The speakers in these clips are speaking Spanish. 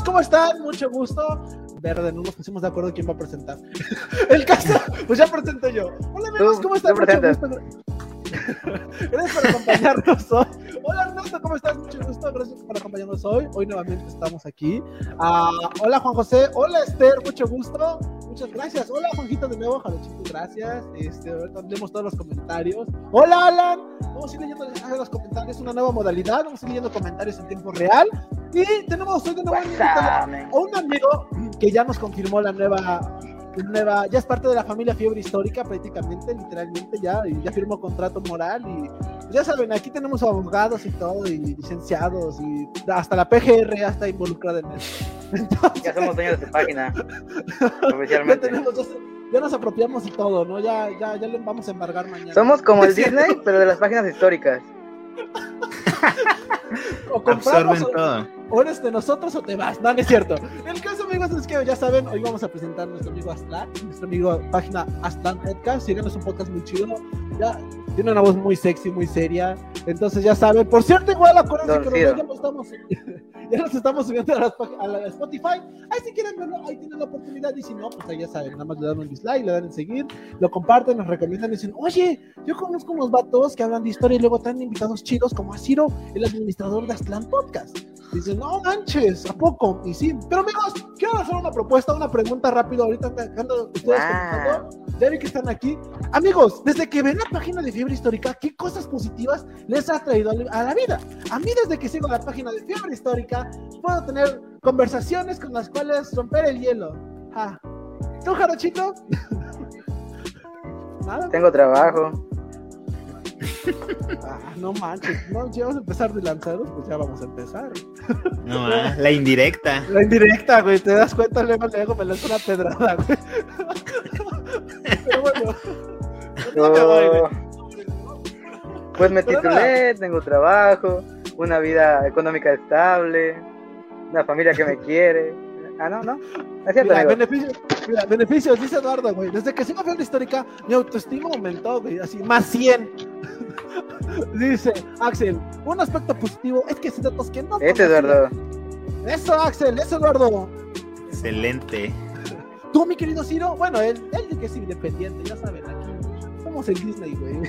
amigos, ¿cómo están? Mucho gusto. Verde, no nos pusimos de acuerdo quién va a presentar. El caso, pues ya presento yo. Hola amigos, ¿cómo están? Mucho gusto. Gracias por acompañarnos hoy. Hola Ernesto, ¿cómo estás? Mucho gusto, gracias por acompañarnos hoy. Hoy nuevamente estamos aquí. Hola Juan José, hola Esther, mucho gusto. Muchas gracias. Hola Juanjito de nuevo, Jarochito, gracias. Ahorita leemos todos los comentarios. Hola Alan, vamos a ir leyendo los comentarios, una nueva modalidad, vamos a ir leyendo comentarios en tiempo real. Y tenemos hoy de nuevo a un amigo que ya nos confirmó la nueva, ya es parte de la familia Fiebre Histórica prácticamente, literalmente ya firmó contrato moral y ya saben, aquí tenemos abogados y todo, y licenciados, y hasta la PGR ya está involucrada en eso. Entonces, ya somos dueños de su página, oficialmente. Ya nos apropiamos y todo, ¿no? Ya le vamos a embargar mañana. Somos como el Disney, pero de las páginas históricas. O compramos o eres de nosotros o te vas, no es cierto. El caso, amigos, es que ya saben, hoy vamos a presentar a nuestro amigo Aztlán, nuestro amigo página Aztlán Podcast. Síganos, un podcast muy chido, ya tiene una voz muy sexy, muy seria, entonces ya saben. Por cierto, igual acuérdense que ya nos estamos subiendo a la Spotify. Ahí si quieren verlo, ahí tienen la oportunidad, y si no, pues ahí ya saben, nada más le dan un dislike, le dan en seguir, lo comparten, nos recomiendan y dicen, oye, yo conozco unos vatos que hablan de historia y luego traen invitados chidos como a Ciro, el administrador de Aztlán Podcast. Dicen, no manches, ¿a poco? Y sí, pero amigos, quiero hacer una propuesta, una pregunta rápido, ahorita dejando ustedes comentando, ya vi que están aquí. Amigos, desde que ven la página de Fiebre Histórica, ¿qué cosas positivas les ha traído a la vida? A mí, desde que sigo la página de Fiebre Histórica, puedo tener conversaciones con las cuales romper el hielo. ¿Tú, Jarochito? Nada. Tengo trabajo. No manches, no, si vamos a empezar de lanzados, pues ya vamos a empezar. No, la indirecta. La indirecta, güey, te das cuenta, luego me lanzo una pedrada, güey. Pero bueno. Pues me titulé, tengo trabajo, una vida económica estable, una familia que me quiere. No. Es cierto, beneficios, dice Eduardo, güey. Desde que sigo Fiebre Histórica, mi autoestima aumentó, güey, así, más 100. Dice Axel, un aspecto positivo es que si datos que no. Eduardo. Eso, Axel, eso, Eduardo. Excelente. Tú, mi querido Ciro, bueno, él que es independiente, ya saben, aquí somos el Disney, güey.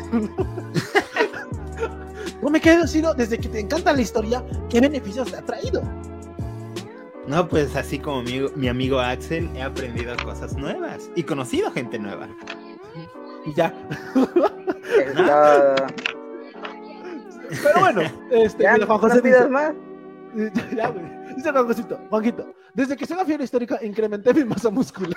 Tú, mi querido Ciro, desde que te encanta la historia, ¿qué beneficios te ha traído? No, pues así como mi amigo Axel, he aprendido cosas nuevas y conocido gente nueva. Y ya. Pero bueno, ya, Juan José dice, más. Ya, güey. Dice Juanjito, desde que soy una Fiebre Histórica incrementé mi masa muscular.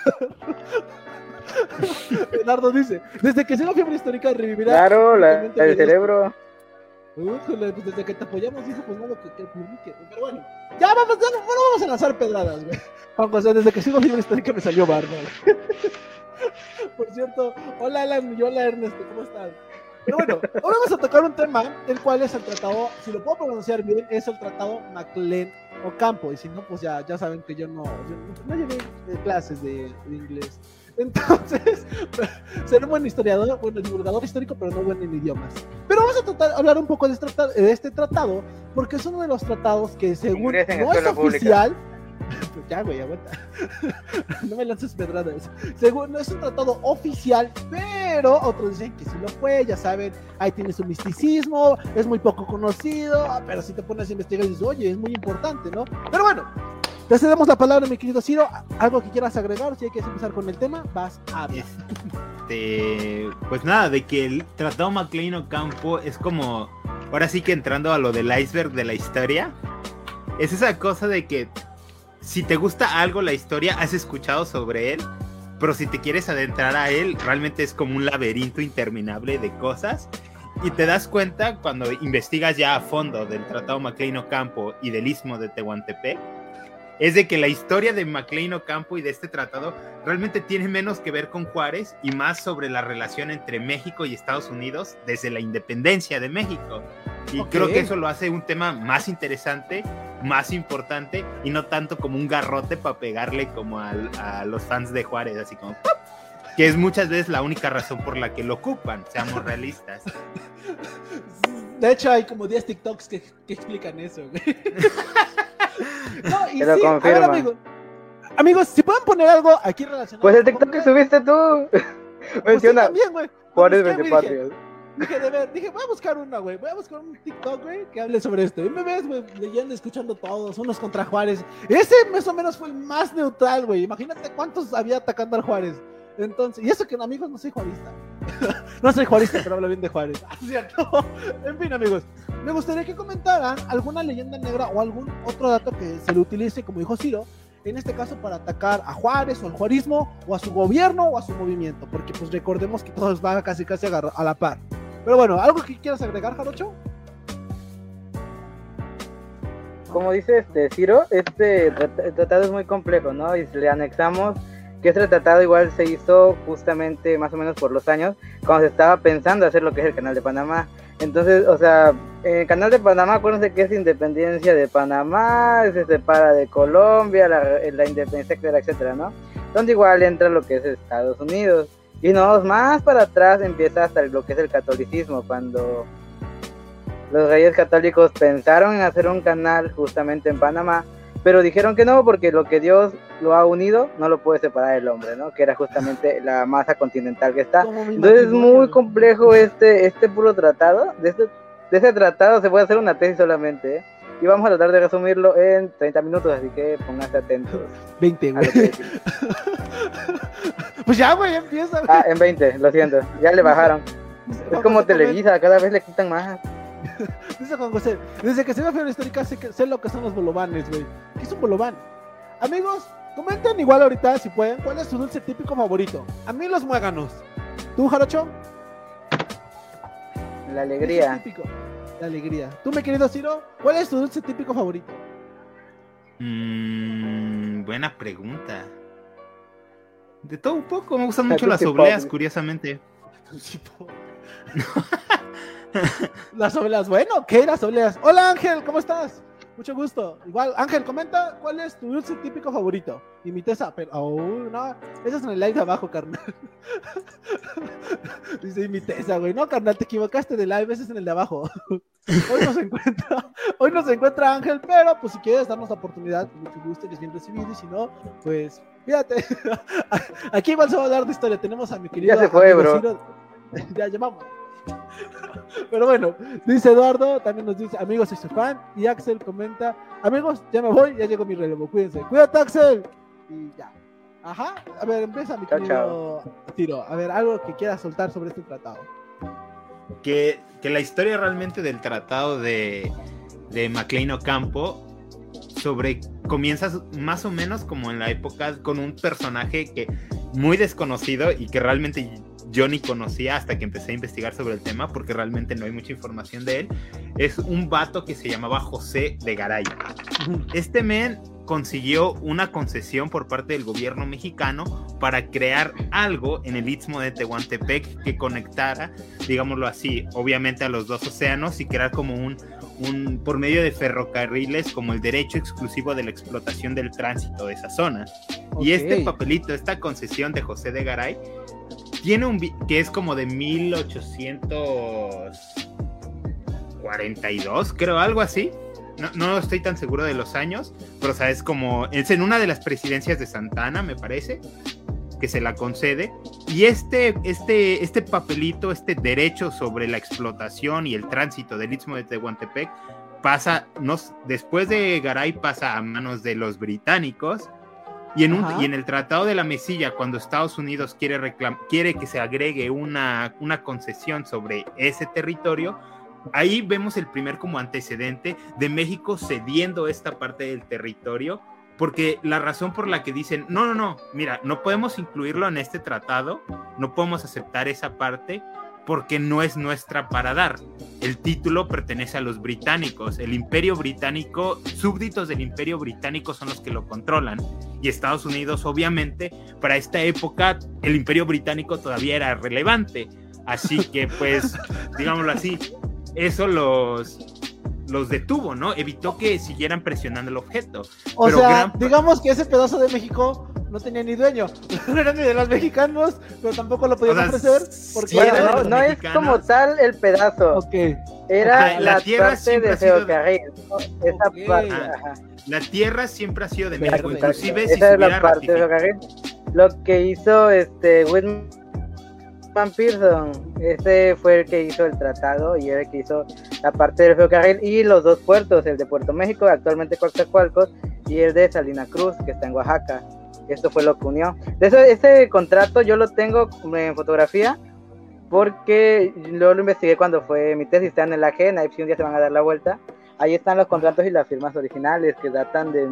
Leonardo dice, desde que soy una Fiebre Histórica revivirá. Claro, el cerebro. Pues desde que te apoyamos, dijo, pues no lo que publique. Pero bueno, ya vamos a lanzar pedradas, güey. Juan José, desde que sigo Fiebre Histórica me salió barba. Por cierto, hola Alan y hola Ernesto, ¿cómo estás? Pero bueno, ahora vamos a tocar un tema, el cual es el tratado, si lo puedo pronunciar bien, es el tratado Maclean Ocampo, y si no, pues ya saben que yo no llevé clases de inglés. Entonces, seré un buen historiador, bueno, divulgador histórico, pero no bueno en idiomas. Pero vamos a hablar un poco de este tratado, porque es uno de los tratados que, según no es oficial, ya, güey, aguanta. No me lances pedradas. Según no es un tratado oficial, pero otros dicen que sí lo fue, ya saben, ahí tiene su misticismo, es muy poco conocido, pero si te pones a investigar y dices, oye, es muy importante, ¿no? Pero bueno, te cedemos la palabra, mi querido Ciro. ¿Algo que quieras agregar? Si hay que empezar con el tema, vas a hablar. Pues nada, de que el tratado Maclean Ocampo es como, ahora sí que entrando a lo del iceberg de la historia, es esa cosa de que si te gusta algo la historia, has escuchado sobre él, pero si te quieres adentrar a él, realmente es como un laberinto interminable de cosas, y te das cuenta cuando investigas ya a fondo del tratado Maclean Ocampo y del Istmo de Tehuantepec, es de que la historia de Maclean Ocampo y de este tratado realmente tiene menos que ver con Juárez y más sobre la relación entre México y Estados Unidos desde la independencia de México. Y creo que eso lo hace un tema más interesante, más importante, y no tanto como un garrote para pegarle como a los fans de Juárez, así como ¡pop! Que es muchas veces la única razón por la que lo ocupan, seamos realistas. De hecho hay como 10 TikToks que explican eso, güey. No, y Te lo sí, a ver, confirmo. amigos, si pueden poner algo aquí relacionado. Pues el con TikTok que Juárez, subiste tú. pues sí, Menciona también, güey. Juárez Busqué, güey, dije, 24. dije, voy a buscar una, güey. Voy a buscar un TikTok, güey, que hable sobre esto. Y me ves, güey, leyendo, escuchando todos, unos contra Juárez. Ese más o menos fue el más neutral, güey. Imagínate cuántos había atacando al Juárez. Entonces, y eso que, amigos, no soy juarista. No soy juarista, pero hablo bien de Juárez. ¿Cierto? En fin, amigos, me gustaría que comentaran alguna leyenda negra o algún otro dato que se le utilice, como dijo Ciro, en este caso para atacar a Juárez o al juarismo o a su gobierno o a su movimiento, porque pues recordemos que todos van casi a la par. Pero bueno, ¿algo que quieras agregar, Jarocho? Como dice Ciro, el tratado es muy complejo, ¿no? Y si le anexamos que este tratado igual se hizo justamente más o menos por los años cuando se estaba pensando hacer lo que es el Canal de Panamá. Entonces, o sea, el Canal de Panamá, acuérdense que es independencia de Panamá, se separa de Colombia, la independencia, etcétera, etcétera, ¿no? Donde igual entra lo que es Estados Unidos. Y no, más para atrás empieza hasta lo que es el catolicismo, cuando los reyes católicos pensaron en hacer un canal justamente en Panamá, pero dijeron que no, porque lo que Dios lo ha unido no lo puede separar el hombre, ¿no? Que era justamente la masa continental que está. Entonces es muy complejo este puro tratado. De ese tratado se puede hacer una tesis solamente, ¿eh? Y vamos a tratar de resumirlo en 30 minutos, así que pónganse atentos. 20, güey. Pues ya, güey, empieza, güey. En 20, lo siento, ya le bajaron. Es como Televisa, cada vez le quitan más. Dice Juan José, desde que se ve fiebre histórica sé lo que son los bolovanes, güey. ¿Qué es un bolobán? Amigos, comenten igual ahorita si pueden, ¿cuál es su dulce típico favorito? A mí los muéganos. ¿Tú, Jarocho? La alegría. La alegría. ¿Tú, mi querido Ciro? ¿Cuál es tu dulce típico favorito? Buena pregunta. De todo un poco, me gustan mucho las obleas, curiosamente. Las obleas, bueno, ¿qué? Las obleas. Hola Ángel, ¿cómo estás? Mucho gusto. Igual, Ángel, comenta cuál es tu dulce típico favorito. Y mi tesa, pero, no, eso es en el live de abajo, carnal. Dice mi tesa, güey. No, carnal, te equivocaste de live, ese es en el de abajo. Hoy nos encuentra Ángel, pero pues si quieres darnos la oportunidad, con mucho gusto, eres bien recibido, y si no, pues, fíjate. Aquí igual se va a hablar de historia. Tenemos a mi querido. Ya se fue, bro. Ciro. Ya llamamos. Pero bueno, dice Eduardo, también nos dice, amigos, soy su fan. Y Axel comenta, amigos, ya me voy, ya llegó mi relevo, cuídense. Cuídate, Axel. Y ya. Ajá, a ver, empieza mi querido Ciro. A ver, algo que quieras soltar sobre este tratado. Que la historia realmente del tratado de MacLean Ocampo comienza más o menos como en la época con un personaje que muy desconocido y que realmente yo ni conocía hasta que empecé a investigar sobre el tema, porque realmente no hay mucha información de él. Es un vato que se llamaba José de Garay. Este men consiguió una concesión por parte del gobierno mexicano para crear algo en el Istmo de Tehuantepec que conectara, digámoslo así, obviamente a los dos océanos, y crear como un por medio de ferrocarriles, como el derecho exclusivo de la explotación del tránsito de esa zona. Okay. Y este papelito, esta concesión de José de Garay, tiene que es como de 1842, creo, algo así. No estoy tan seguro de los años, pero o sea, es en una de las presidencias de Santa Anna, me parece, que se la concede. Y este papelito, este derecho sobre la explotación y el tránsito del Istmo de Tehuantepec después de Garay pasa a manos de los británicos. Y en el Tratado de la Mesilla, cuando Estados Unidos quiere que se agregue una concesión sobre ese territorio, ahí vemos el primer como antecedente de México cediendo esta parte del territorio, porque la razón por la que dicen, no, mira, no podemos incluirlo en este tratado, no podemos aceptar esa parte, porque no es nuestra para dar. El título pertenece a los británicos, el Imperio Británico, súbditos del Imperio Británico son los que lo controlan, y Estados Unidos, obviamente, para esta época, el Imperio Británico todavía era relevante, así que, pues, digámoslo así, eso los detuvo, ¿no? Evitó que siguieran presionando el objeto. Digamos que ese pedazo de México no tenía ni dueño, no era ni de los mexicanos, pero tampoco lo podían ofrecer porque no es como tal el pedazo. Era Ajá, la la tierra parte siempre del ha sido de- ferrocarril, ¿no? Esa Ok. parte, Ah, ajá. La tierra siempre ha sido de Verde. México, inclusive si Esa se es la hubiera parte del ratificado. ferrocarril. Lo que hizo Whitman Pearson, ese fue el que hizo el tratado y era el que hizo la parte del ferrocarril y los dos puertos, el de Puerto México, actualmente Coatzacoalcos, y el de Salina Cruz, que está en Oaxaca. Esto fue lo que unió. De eso, ese contrato yo lo tengo en fotografía porque luego lo investigué cuando fue mi tesis, está en el AGEN, ahí si un día se van a dar la vuelta. Ahí están los contratos y las firmas originales que datan de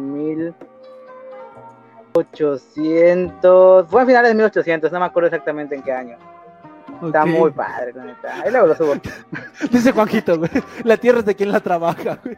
1800, fue a finales de 1800, no me acuerdo exactamente en qué año. Está Ok. muy padre, la neta. Ahí luego lo subo. Dice Juanjito, güey. La tierra es de quien la trabaja, güey.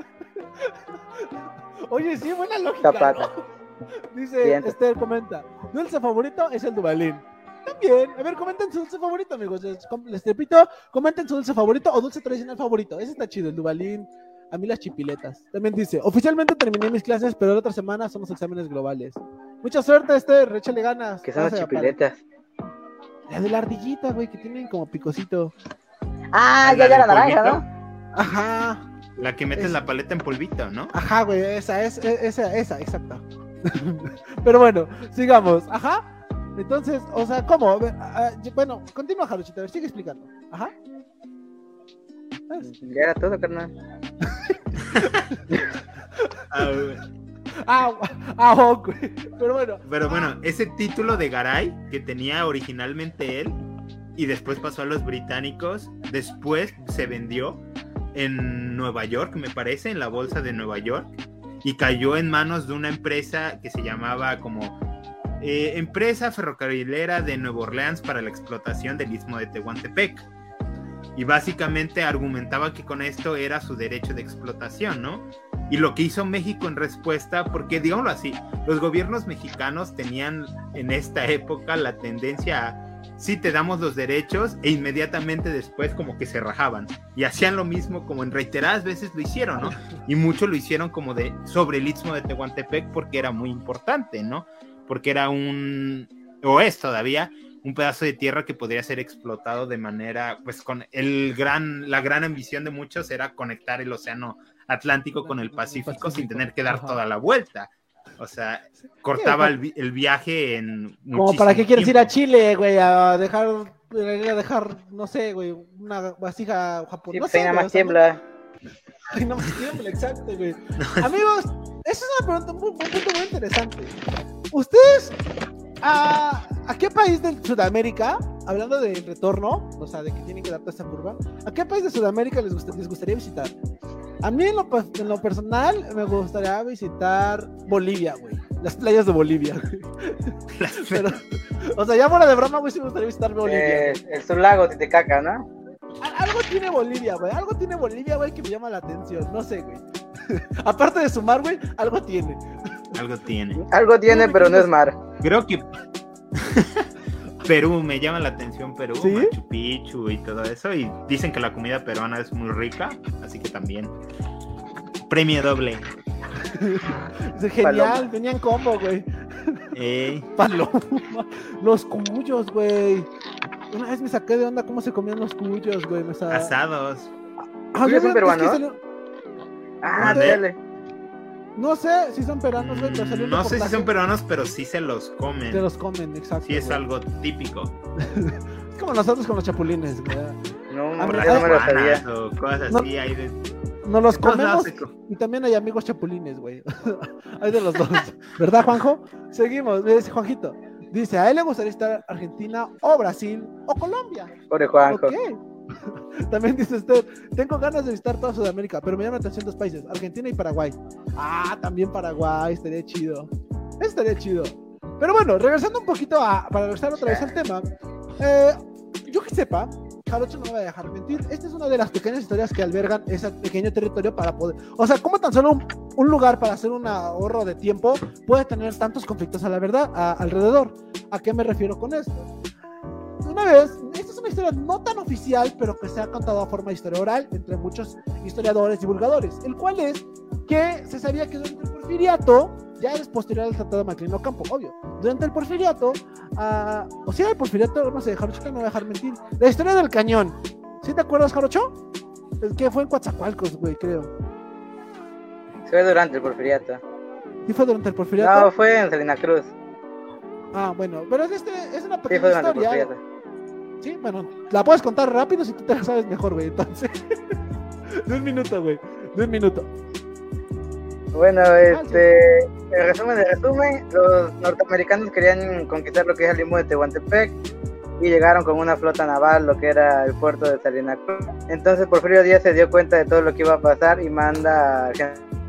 Oye, sí, buena lógica, Zapata. ¿no? Dice, Bien. Esther comenta, dulce favorito es el Duvalín. También, a ver, comenten su dulce favorito, amigos. Les repito, comenten su dulce favorito o dulce tradicional favorito. Ese está chido, el Duvalín. A mí las chipiletas. También dice, oficialmente terminé mis clases, pero la otra semana son los exámenes globales. Mucha suerte, Esther, échale ganas. Que son las Vas a chipiletas. La de la ardillita, güey, que tienen como picocito. Ah, ¿La ya la del naranja, polvito? ¿no? Ajá, La que metes la paleta en polvito, ¿no? ajá, güey, esa, exacta. Pero bueno, sigamos, ajá. Entonces, o sea, ¿cómo? A ver, bueno, continúa, Jarochito, a ver, sigue explicando. Ajá. ¿Sabes? Ya era todo, carnal. Ok, pero bueno. Pero bueno, ese título de Garay que tenía originalmente él y después pasó a los británicos, después se vendió en Nueva York, me parece, en la bolsa de Nueva York, y cayó en manos de una empresa que se llamaba como Empresa Ferrocarrilera de Nueva Orleans para la explotación del Istmo de Tehuantepec. Y básicamente argumentaba que con esto era su derecho de explotación, ¿no? Y lo que hizo México en respuesta, porque digámoslo así, los gobiernos mexicanos tenían en esta época la tendencia a sí te damos los derechos e inmediatamente después como que se rajaban y hacían lo mismo como en reiteradas veces lo hicieron, ¿no? Y mucho lo hicieron como de sobre el Istmo de Tehuantepec porque era muy importante, ¿no? Porque era o es todavía un pedazo de tierra que podría ser explotado de manera, pues con la gran ambición de muchos era conectar el océano Atlántico con el Pacífico sin tener que dar Ajá. toda la vuelta. O sea, cortaba el viaje en Como para qué quieres ir a tiempo. Chile, güey, a dejar, no sé, güey, una vasija Sí, japonesa. pues ahí nada más tiembla. Ay, no más tiembla, exacto, güey. Amigos, esa es una pregunta, un punto muy interesante. ¿Ustedes a qué país de Sudamérica, hablando del retorno, o sea, de que tienen que dar toda esta curva, a qué país de Sudamérica les gustaría visitar? A mí en lo personal me gustaría visitar Bolivia, güey. Las playas de Bolivia, güey. Pero, o sea, ya fuera de broma, güey, sí me gustaría visitar Bolivia. El sublago Titicaca, ¿no? Algo tiene Bolivia, güey. Algo tiene Bolivia, güey, que me llama la atención. No sé, güey. Aparte de sumar, güey, algo tiene. Algo tiene. Algo tiene, pero no es mar. Creo que Perú, me llama la atención Perú, ¿Sí? Machu Picchu y todo eso, y dicen que la comida peruana es muy rica, así que también premio doble. Es genial, Paloma. venían combo, güey. Paloma. Los cuyos, güey. Una vez me saqué de onda cómo se comían los cuyos, güey. Asados. ¿Cuyos son peruanos? Ah, dale. No sé si son peruanos, güey, pero salió un No sé si reportaje. son peruanos, pero sí se los comen. Se los comen, exacto. Sí es güey. algo típico. Es como nosotros con los chapulines, güey. No, A mí- yo no me lo Juanas sabía. o cosas No. así. Hay de... Nos los todos lados comemos se y también hay amigos chapulines, güey. Hay de los dos. ¿Verdad, Juanjo? Seguimos. Dice Juanjito. Dice, a él le gustaría estar Argentina o Brasil o Colombia. Pobre Juanjo. Ok. También dice usted, tengo ganas de visitar toda Sudamérica, pero me llama la atención dos países, Argentina y Paraguay. Ah, también Paraguay, estaría chido. Estaría chido. Pero bueno, regresando un poquito para regresar otra vez al tema. Yo que sepa, Jarocho no me va a dejar mentir. Esta es una de las pequeñas historias que albergan ese pequeño territorio para poder. O sea, como tan solo un lugar para hacer un ahorro de tiempo puede tener tantos conflictos a la verdad alrededor. ¿A qué me refiero con esto? Una vez, esta es una historia no tan oficial, pero que se ha contado a forma de historia oral entre muchos historiadores y divulgadores, el cual es que se sabía que durante el Porfiriato, ya es posterior al Tratado de Maclean Ocampo, obvio, durante el Porfiriato, o sea, el Porfiriato, no sé, Jarocho no me va a dejar mentir, la historia del cañón, ¿sí te acuerdas, Jarocho? Es que fue en Coatzacoalcos, güey, creo. Fue durante el Porfiriato. ¿Sí fue durante el Porfiriato? No, fue en Salina Cruz. Ah, bueno, pero es una Sí, pequeña fue durante el historia. Porfiriato. Sí, bueno, la puedes contar rápido si tú te la sabes mejor, güey, entonces. De un minuto, güey, de un minuto. Bueno, en resumen, los norteamericanos querían conquistar lo que es el limbo de Tehuantepec y llegaron con una flota naval, lo que era el puerto de Salina Cruz. Entonces Porfirio Díaz se dio cuenta de todo lo que iba a pasar y manda a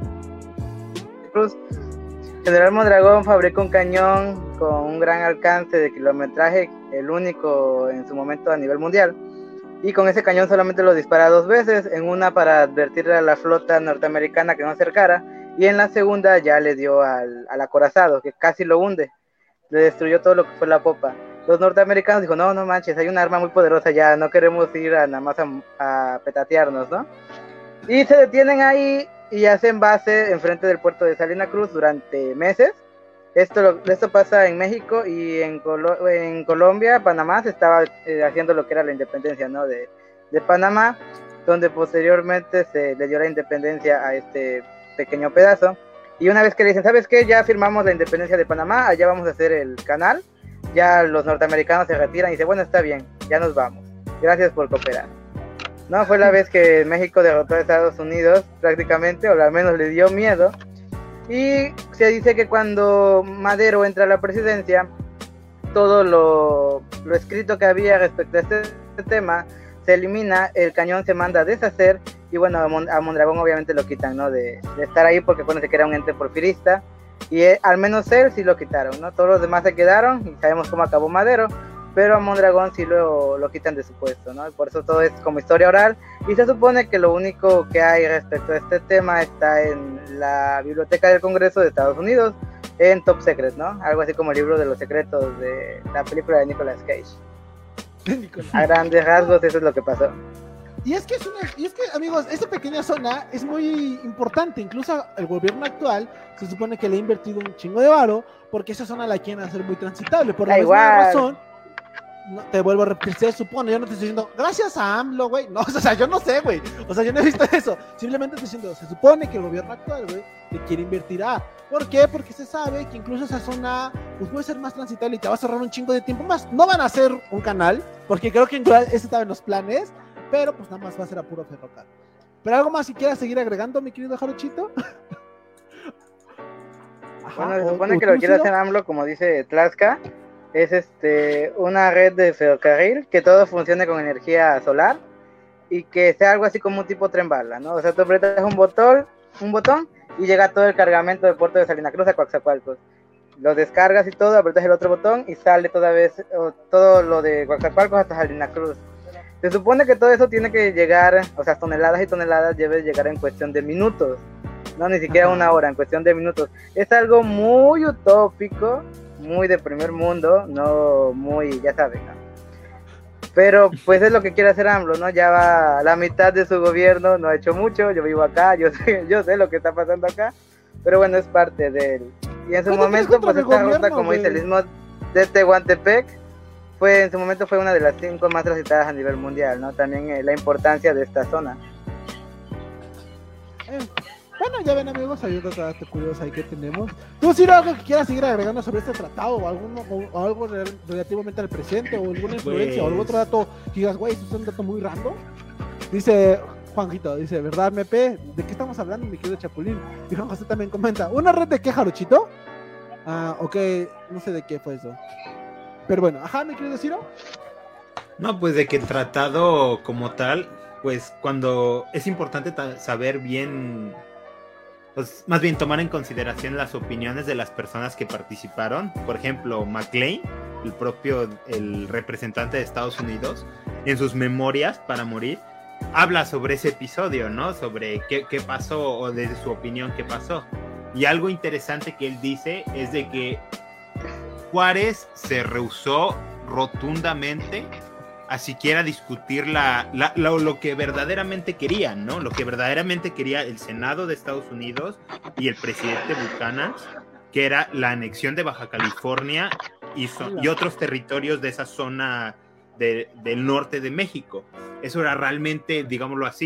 Cruz. General Mondragón fabricó un cañón con un gran alcance de kilometraje, el único en su momento a nivel mundial. Y con ese cañón solamente lo dispara 2 veces, en una para advertirle a la flota norteamericana que no acercara, y en la segunda ya le dio al acorazado, que casi lo hunde, le destruyó todo lo que fue la popa. Los norteamericanos dijo, no manches, hay un arma muy poderosa ya, no queremos ir a nada más a petatearnos, ¿no? Y se detienen ahí y hacen base enfrente del puerto de Salina Cruz durante meses. Esto pasa en México y en Colombia, Panamá, se estaba haciendo lo que era la independencia, ¿no? de Panamá, donde posteriormente se le dio la independencia a este pequeño pedazo. Y una vez que le dicen, ¿sabes qué? Ya firmamos la independencia de Panamá, allá vamos a hacer el canal. Ya los norteamericanos se retiran y dicen, bueno, está bien, ya nos vamos. Gracias por cooperar. No, fue la vez que México derrotó a Estados Unidos prácticamente, o al menos le dio miedo. Y se dice que cuando Madero entra a la presidencia, todo lo escrito que había respecto a este tema se elimina, el cañón se manda a deshacer y bueno, a Mondragón obviamente lo quitan, ¿no? De estar ahí porque acuérdense que era un ente porfirista y al menos él sí lo quitaron, ¿no? Todos los demás se quedaron y sabemos cómo acabó Madero, pero a Mondragón sí lo quitan de su puesto, ¿no? Y por eso todo es como historia oral y se supone que lo único que hay respecto a este tema está en la Biblioteca del Congreso de Estados Unidos, en Top Secret, ¿no? Algo así como el libro de los secretos de la película de Nicolas Cage. A grandes rasgos eso es lo que pasó. Y es que amigos, esta pequeña zona es muy importante, incluso el gobierno actual se supone que le ha invertido un chingo de varo porque esa zona la quieren hacer muy transitable, por la misma razón. No, te vuelvo a repetir, se supone, yo no te estoy diciendo gracias a AMLO, güey, no, o sea, yo no sé, güey, o sea, yo no he visto eso, simplemente estoy diciendo, se supone que el gobierno actual, güey, le quiere invertir a, ¿por qué? Porque se sabe que incluso esa zona, pues puede ser más transitable y te va a cerrar un chingo de tiempo más, no van a hacer un canal, porque creo que ese estaba en los planes, pero pues nada más va a ser a puro ferrocarril. Pero algo más si quieras seguir agregando, mi querido Jarochito. Bueno, se supone que lo quiere hacer AMLO, como dice Tlaxca, es una red de ferrocarril que todo funcione con energía solar y que sea algo así como un tipo tren bala, ¿no? O sea, tú apretas un botón y llega todo el cargamento del puerto de Salina Cruz a Coatzacoalcos. Lo descargas y todo, apretas el otro botón y sale toda vez todo lo de Coatzacoalcos hasta Salina Cruz. Se supone que todo eso tiene que llegar, o sea, toneladas y toneladas debe llegar en cuestión de minutos, no ni siquiera una hora, en cuestión de minutos. Es algo muy utópico, muy de primer mundo, no muy, ya saben, ¿no? Pero pues es lo que quiere hacer AMLO, ¿no? Ya va a la mitad de su gobierno, no ha hecho mucho, yo vivo acá, yo sé lo que está pasando acá, pero bueno, es parte de él. Y en su momento, pues esta ruta, como dice el mismo de Tehuantepec, en su momento fue una de las 5 más transitadas a nivel mundial, ¿no? También la importancia de esta zona. Bueno, ya ven, amigos, hay otra dato curioso ahí que tenemos. ¿Tú, Ciro, algo que quieras seguir agregando sobre este tratado o algo relativamente al presente o alguna influencia o algún otro dato que digas, güey, esto es un dato muy random? Dice Juanjito, ¿verdad, MP? ¿De qué estamos hablando, mi querido Chapulín? Y Juan José también comenta, ¿una red de qué, Jarochito? Ah, ok, no sé de qué fue eso. Pero bueno, ajá, ¿me quieres decir? No, pues de que el tratado como tal, pues cuando es importante saber bien, pues más bien tomar en consideración las opiniones de las personas que participaron. Por ejemplo, McLean, el representante de Estados Unidos, en sus memorias para morir, habla sobre ese episodio, ¿no? Sobre qué pasó o desde su opinión qué pasó. Y algo interesante que él dice es de que Juárez se rehusó rotundamente a siquiera discutir lo que verdaderamente querían, ¿no? Lo que verdaderamente quería el Senado de Estados Unidos y el presidente Buchanan, que era la anexión de Baja California y otros territorios de esa zona del norte de México. Eso era realmente, digámoslo así,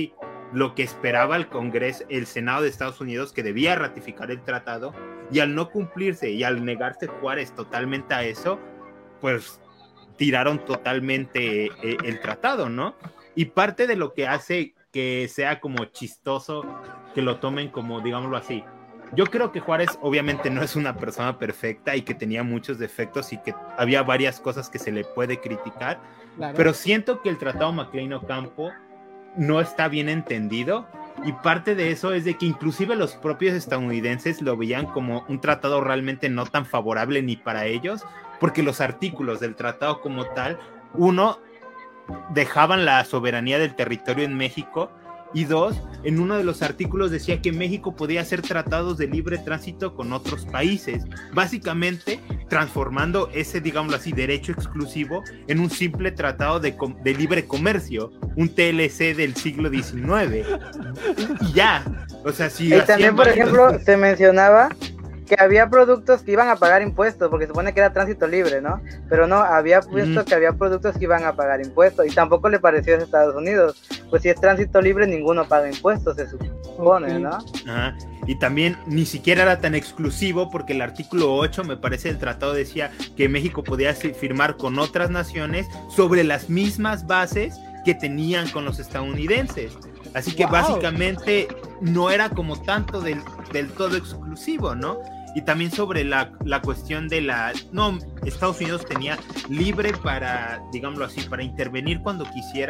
lo que esperaba el Congreso, el Senado de Estados Unidos, que debía ratificar el tratado, y al no cumplirse y al negarse Juárez totalmente a eso, pues tiraron totalmente el tratado, ¿no? Y parte de lo que hace que sea como chistoso que lo tomen como, digámoslo así, yo creo que Juárez obviamente no es una persona perfecta y que tenía muchos defectos y que había varias cosas que se le puede criticar, claro, pero siento que el Tratado Maclean-Ocampo no está bien entendido, y parte de eso es de que inclusive los propios estadounidenses lo veían como un tratado realmente no tan favorable ni para ellos, porque los artículos del tratado como tal, uno, dejaban la soberanía del territorio en México, y dos, en uno de los artículos decía que México podía hacer tratados de libre tránsito con otros países, básicamente transformando ese, digámoslo así, derecho exclusivo en un simple tratado de libre comercio, un TLC del siglo XIX, y ya, o sea, si... Y también, por ejemplo, se mencionaba que había productos que iban a pagar impuestos, porque se supone que era tránsito libre, ¿no? Pero no, había puesto que había productos que iban a pagar impuestos, y tampoco le pareció a Estados Unidos, pues si es tránsito libre, ninguno paga impuestos, se supone, ¿no? Ajá. Y también ni siquiera era tan exclusivo, porque el artículo 8, me parece, del tratado decía que México podía firmar con otras naciones sobre las mismas bases que tenían con los estadounidenses. Así que básicamente no era como tanto del todo exclusivo, ¿no? Y también sobre la cuestión de no, Estados Unidos tenía libre para, digámoslo así, para intervenir cuando quisiera.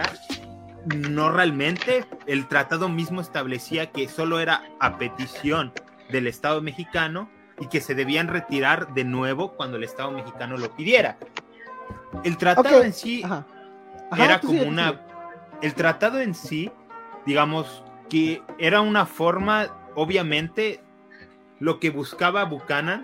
No realmente, el tratado mismo establecía que solo era a petición del Estado mexicano y que se debían retirar de nuevo cuando el Estado mexicano lo pidiera. El tratado en sí era como el tratado en sí, digamos que era una forma, obviamente, lo que buscaba Buchanan,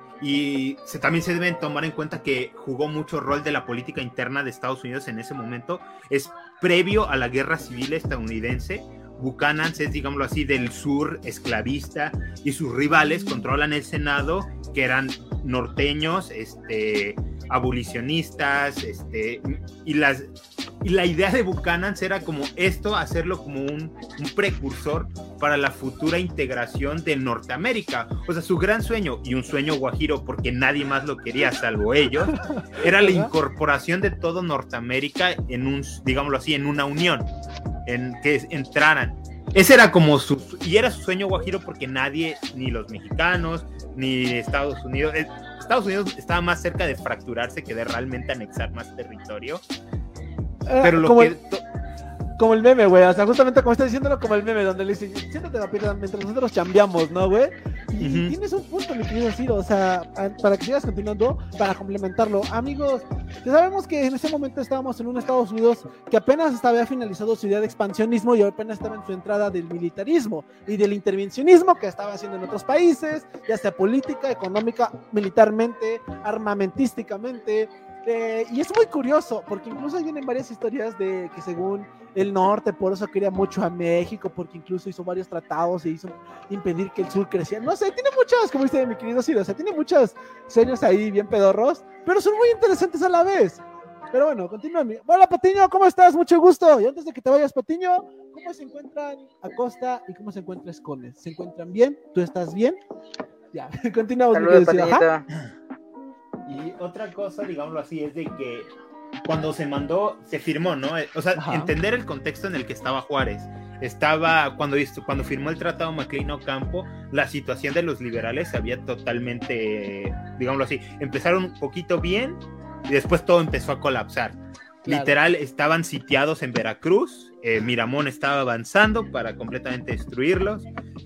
y también se deben tomar en cuenta que jugó mucho rol de la política interna de Estados Unidos en ese momento, es previo a la guerra civil estadounidense. Buchanan es, digámoslo así, del sur esclavista, y sus rivales controlan el Senado, que eran norteños, abolicionistas, y la idea de Buchanan era como esto, hacerlo como un precursor para la futura integración de Norteamérica. O sea, su gran sueño, y un sueño guajiro porque nadie más lo quería salvo ellos, era la incorporación de todo Norteamérica en un, digámoslo así, en una unión, en que entraran. Ese era como y era su sueño guajiro porque nadie, ni los mexicanos, ni Estados Unidos estaba más cerca de fracturarse que de realmente anexar más territorio. Pero como el meme, güey, o sea, justamente como está diciéndolo, como el meme, donde le dice, siéntate la pierna mientras nosotros chambeamos, ¿no, güey? Y tienes un punto, mi querido Ciro, o sea, para que sigas continuando, para complementarlo. Amigos, ya sabemos que en ese momento estábamos en un Estados Unidos que apenas había finalizado su idea de expansionismo y apenas estaba en su entrada del militarismo y del intervencionismo que estaba haciendo en otros países, ya sea política, económica, militarmente, armamentísticamente. Y es muy curioso, porque incluso vienen varias historias de que según el norte por eso quería mucho a México, porque incluso hizo varios tratados e hizo impedir que el sur creciera. No sé, tiene muchas, como dice mi querido Ciro, o sea, tiene muchos sueños ahí bien pedorros, pero son muy interesantes a la vez. Pero bueno, continúa. Hola, Patiño, ¿cómo estás? Mucho gusto. Y antes de que te vayas, Patiño, ¿cómo se encuentran Acosta y cómo se encuentra Escones? ¿Se encuentran bien? ¿Tú estás bien? Ya, continuamos. Saludos, Patiñito. Y otra cosa, digámoslo así, es de que cuando se firmó, ¿no? O sea, entender el contexto en el que estaba Juárez. Cuando firmó el Tratado Maclean-Ocampo, la situación de los liberales había totalmente, digámoslo así, empezaron un poquito bien y después todo empezó a colapsar. Claro. Literal, estaban sitiados en Veracruz, Miramón estaba avanzando para completamente destruirlos,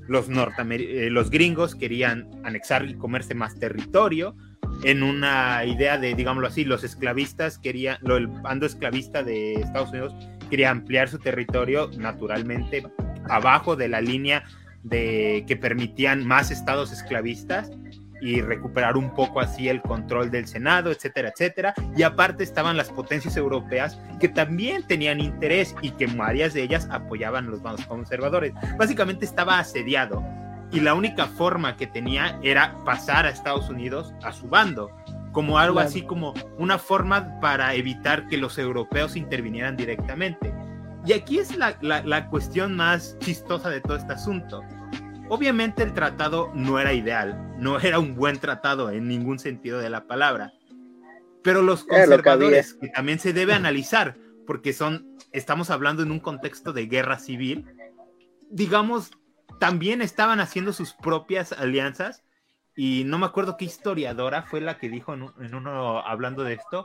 los gringos querían anexar y comerse más territorio, en una idea de, digámoslo así, los esclavistas el bando esclavista de Estados Unidos quería ampliar su territorio naturalmente abajo de la línea que permitían más estados esclavistas y recuperar un poco así el control del Senado, etcétera, etcétera. Y aparte estaban las potencias europeas que también tenían interés y que varias de ellas apoyaban los bandos conservadores. Básicamente estaba asediado. Y la única forma que tenía era pasar a Estados Unidos a su bando, como algo así como una forma para evitar que los europeos intervinieran directamente. Y aquí es la cuestión más chistosa de todo este asunto. Obviamente el tratado no era ideal, no era un buen tratado en ningún sentido de la palabra, pero los conservadores, que también se debe analizar, porque estamos hablando en un contexto de guerra civil, digamos, también estaban haciendo sus propias alianzas, y no me acuerdo qué historiadora fue la que dijo en uno hablando de esto,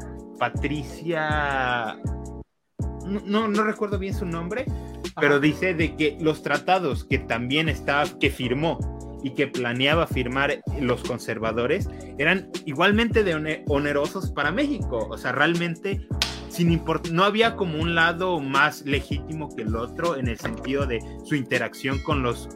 Patricia, no recuerdo bien su nombre, pero dice de que los tratados que también que firmó y que planeaba firmar los conservadores eran igualmente onerosos para México. O sea, realmente no había como un lado más legítimo que el otro en el sentido de su interacción con los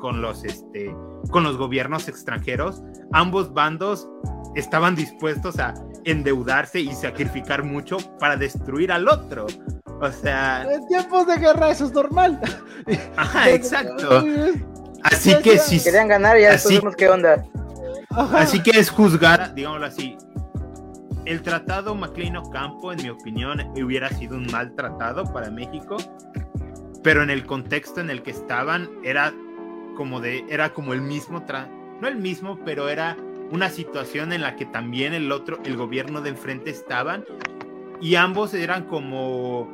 gobiernos extranjeros. Ambos bandos estaban dispuestos a endeudarse y sacrificar mucho para destruir al otro. O sea, en tiempos de guerra eso es normal. Ajá, exacto. Así que si querían ganar, ya después vemos qué onda. Ajá. Así que es juzgar, digámoslo así. El tratado McLean-Ocampo, en mi opinión, hubiera sido un mal tratado para México, pero en el contexto en el que estaban era como el mismo, no el mismo, pero era una situación en la que también el gobierno de enfrente estaban, y ambos eran como,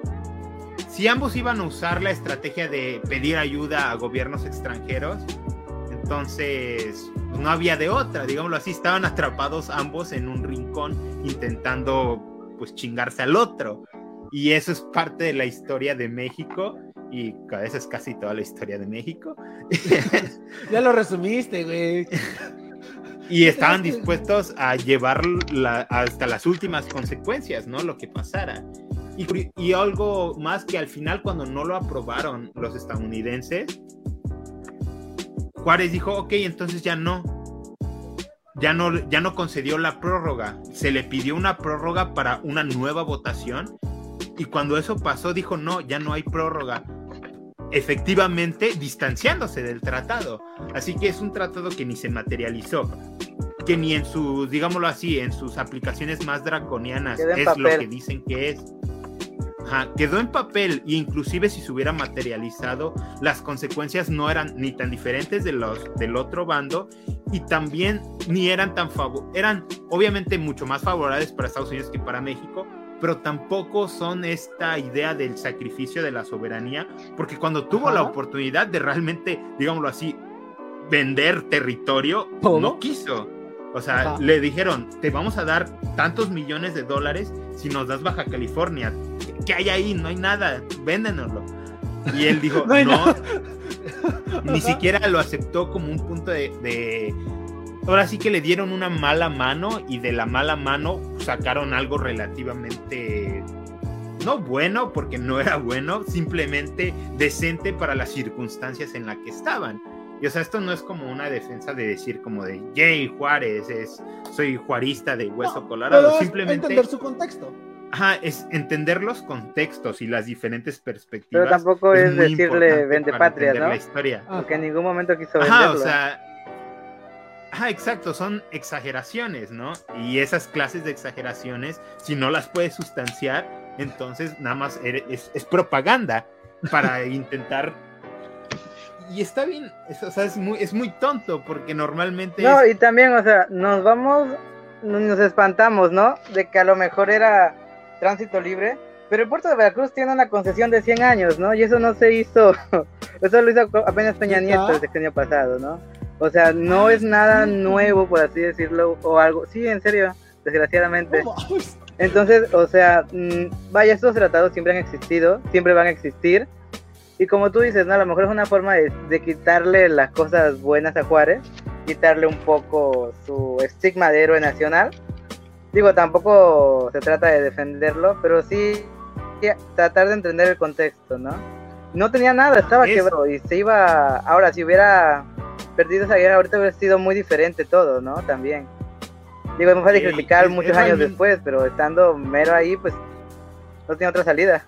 si ambos iban a usar la estrategia de pedir ayuda a gobiernos extranjeros, entonces no había de otra, digámoslo así, estaban atrapados ambos en un rincón intentando pues chingarse al otro, y eso es parte de la historia de México, y esa es casi toda la historia de México. Ya lo resumiste, güey. Y estaban dispuestos a llevar hasta las últimas consecuencias, ¿no? Lo que pasara. Y algo más, que al final, cuando no lo aprobaron los estadounidenses, Juárez dijo, ok, entonces ya no concedió la prórroga. Se le pidió una prórroga para una nueva votación, y cuando eso pasó dijo, no, ya no hay prórroga, efectivamente distanciándose del tratado. Así que es un tratado que ni se materializó, que ni en sus, digámoslo así, en sus aplicaciones más draconianas es lo que dicen que es. Ajá, quedó en papel, y inclusive si se hubiera materializado, las consecuencias no eran ni tan diferentes del otro bando, y también ni eran eran obviamente mucho más favorables para Estados Unidos que para México, pero tampoco son esta idea del sacrificio de la soberanía, porque cuando tuvo la oportunidad de realmente, digámoslo así, vender territorio, no quiso. O sea, le dijeron, te vamos a dar tantos millones de dólares si nos das Baja California. ¿Qué hay ahí? No hay nada, véndenoslo. Y él dijo, no. Ni siquiera lo aceptó como un punto de... Ahora sí que le dieron una mala mano, y de la mala mano sacaron algo relativamente, no bueno, porque no era bueno, simplemente decente para las circunstancias en las que estaban. Y o sea, esto no es como una defensa de decir como de Jay Juárez, soy juarista de hueso colorado, pero simplemente entender su contexto. Ajá, es entender los contextos y las diferentes perspectivas. Pero tampoco es decirle vende patria, ¿no? La historia. Porque en ningún momento quiso venderlo. O sea, exacto, son exageraciones, ¿no? Y esas clases de exageraciones, si no las puedes sustanciar, entonces nada más es propaganda para intentar. Y está bien, o sea, es muy tonto, porque normalmente no, y también, o sea, nos espantamos, ¿no? De que a lo mejor era tránsito libre, pero el puerto de Veracruz tiene una concesión de 100 años, ¿no? Y eso no se hizo, eso lo hizo apenas Peña Nieto el sexenio pasado, ¿no? O sea, no es nada nuevo, por así decirlo, o algo, sí, en serio, desgraciadamente. Entonces, o sea, vaya, estos tratados siempre han existido, siempre van a existir. Y como tú dices, ¿no? A lo mejor es una forma de quitarle las cosas buenas a Juárez, quitarle un poco su estigma de héroe nacional. Digo, tampoco se trata de defenderlo, pero sí tratar de entender el contexto, ¿no? No tenía nada, estaba quebrado, y se iba... Ahora, si hubiera perdido esa guerra, ahorita hubiera sido muy diferente todo, ¿no? También. Digo, es muy fácil criticar muchos años después, pero estando mero ahí, pues no tiene otra salida.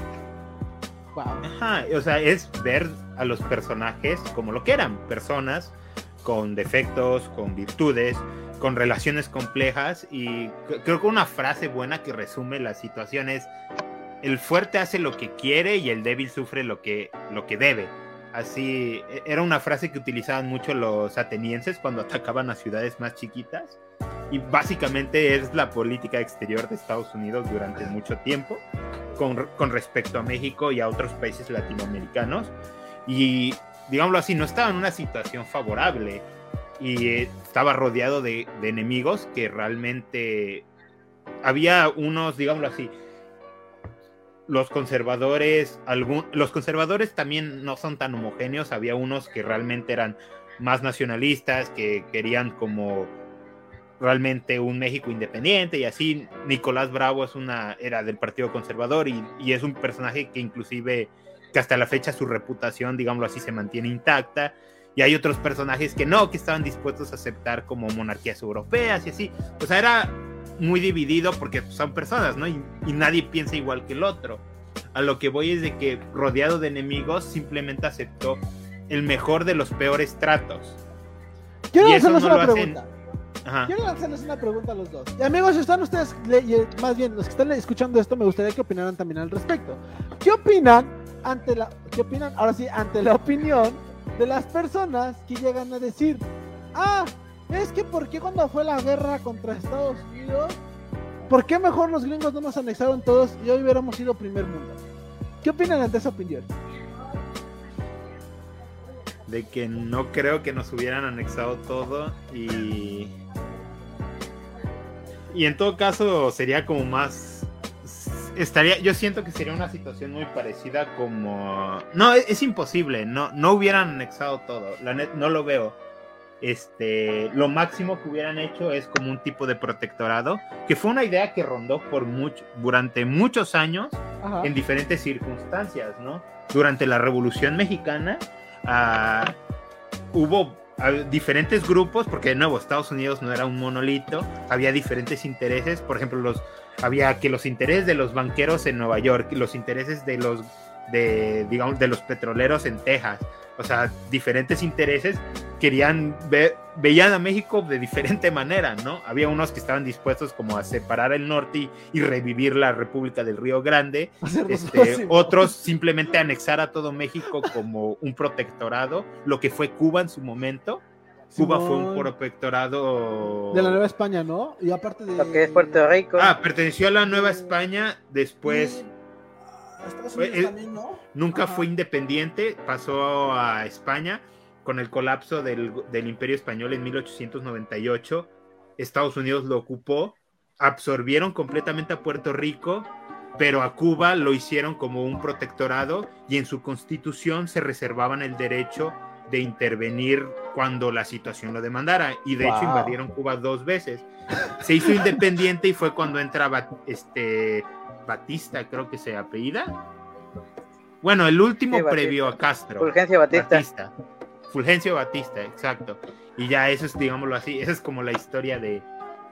Wow. Ajá, o sea, es ver a los personajes como lo que eran, personas con defectos, con virtudes, con relaciones complejas, y creo que una frase buena que resume la situación es: el fuerte hace lo que quiere y el débil sufre lo que debe. Así, era una frase que utilizaban mucho los atenienses cuando atacaban a ciudades más chiquitas, y básicamente es la política exterior de Estados Unidos durante mucho tiempo con respecto a México y a otros países latinoamericanos, y digámoslo así, no estaba en una situación favorable y estaba rodeado de enemigos que realmente había unos, digámoslo así, los conservadores también no son tan homogéneos, había unos que realmente eran más nacionalistas, que querían como realmente un México independiente y así. Nicolás Bravo era del Partido Conservador y es un personaje que inclusive que hasta la fecha su reputación, digámoslo así, se mantiene intacta, y hay otros personajes que estaban dispuestos a aceptar como monarquías europeas y así. O sea, era muy dividido porque son personas, ¿no? Y nadie piensa igual que el otro. A lo que voy es de que rodeado de enemigos simplemente aceptó el mejor de los peores tratos. Quiero Y eso hacerles no una lo pregunta. Ajá. Quiero hacerles una pregunta a los dos. Y amigos, si están ustedes, más bien los que están escuchando esto, me gustaría que opinaran también al respecto. ¿Qué opinan ante la opinión de las personas que llegan a decir, es que ¿por qué cuando fue la guerra contra Estados Unidos, por qué mejor los gringos no nos anexaron todos y hoy hubiéramos sido primer mundo? ¿Qué opinan ante esa opinión? De que no creo que nos hubieran anexado todo, y en todo caso sería como más, yo siento que sería una situación muy parecida como, no, es imposible, no hubieran anexado todo, la net, no lo veo. Lo máximo que hubieran hecho es como un tipo de protectorado, que fue una idea que rondó durante muchos años. Ajá. En diferentes circunstancias, ¿no? Durante la Revolución Mexicana hubo diferentes grupos, porque de nuevo Estados Unidos no era un monolito, había diferentes intereses. Por ejemplo, había que los intereses de los banqueros en Nueva York, los intereses de los petroleros en Texas, o sea, diferentes intereses veían a México de diferente manera, ¿no? Había unos que estaban dispuestos como a separar el norte y revivir la República del Río Grande, otros simplemente anexar a todo México como un protectorado, lo que fue Cuba en su momento. Cuba fue un protectorado de la Nueva España, ¿no? Y aparte de lo que es Puerto Rico. Perteneció a la Nueva España, después Estados Unidos también, ¿no? Nunca fue independiente, pasó a España con el colapso del Imperio Español en 1898. Estados Unidos lo ocupó, absorbieron completamente a Puerto Rico, pero a Cuba lo hicieron como un protectorado, y en su constitución se reservaban el derecho de intervenir cuando la situación lo demandara, y de hecho invadieron Cuba 2 veces. Se hizo independiente y fue cuando entra Batista, creo que se apellida. Bueno, el último previo a Castro. Fulgencio Batista, exacto. Y ya eso es, digámoslo así, esa es como la historia de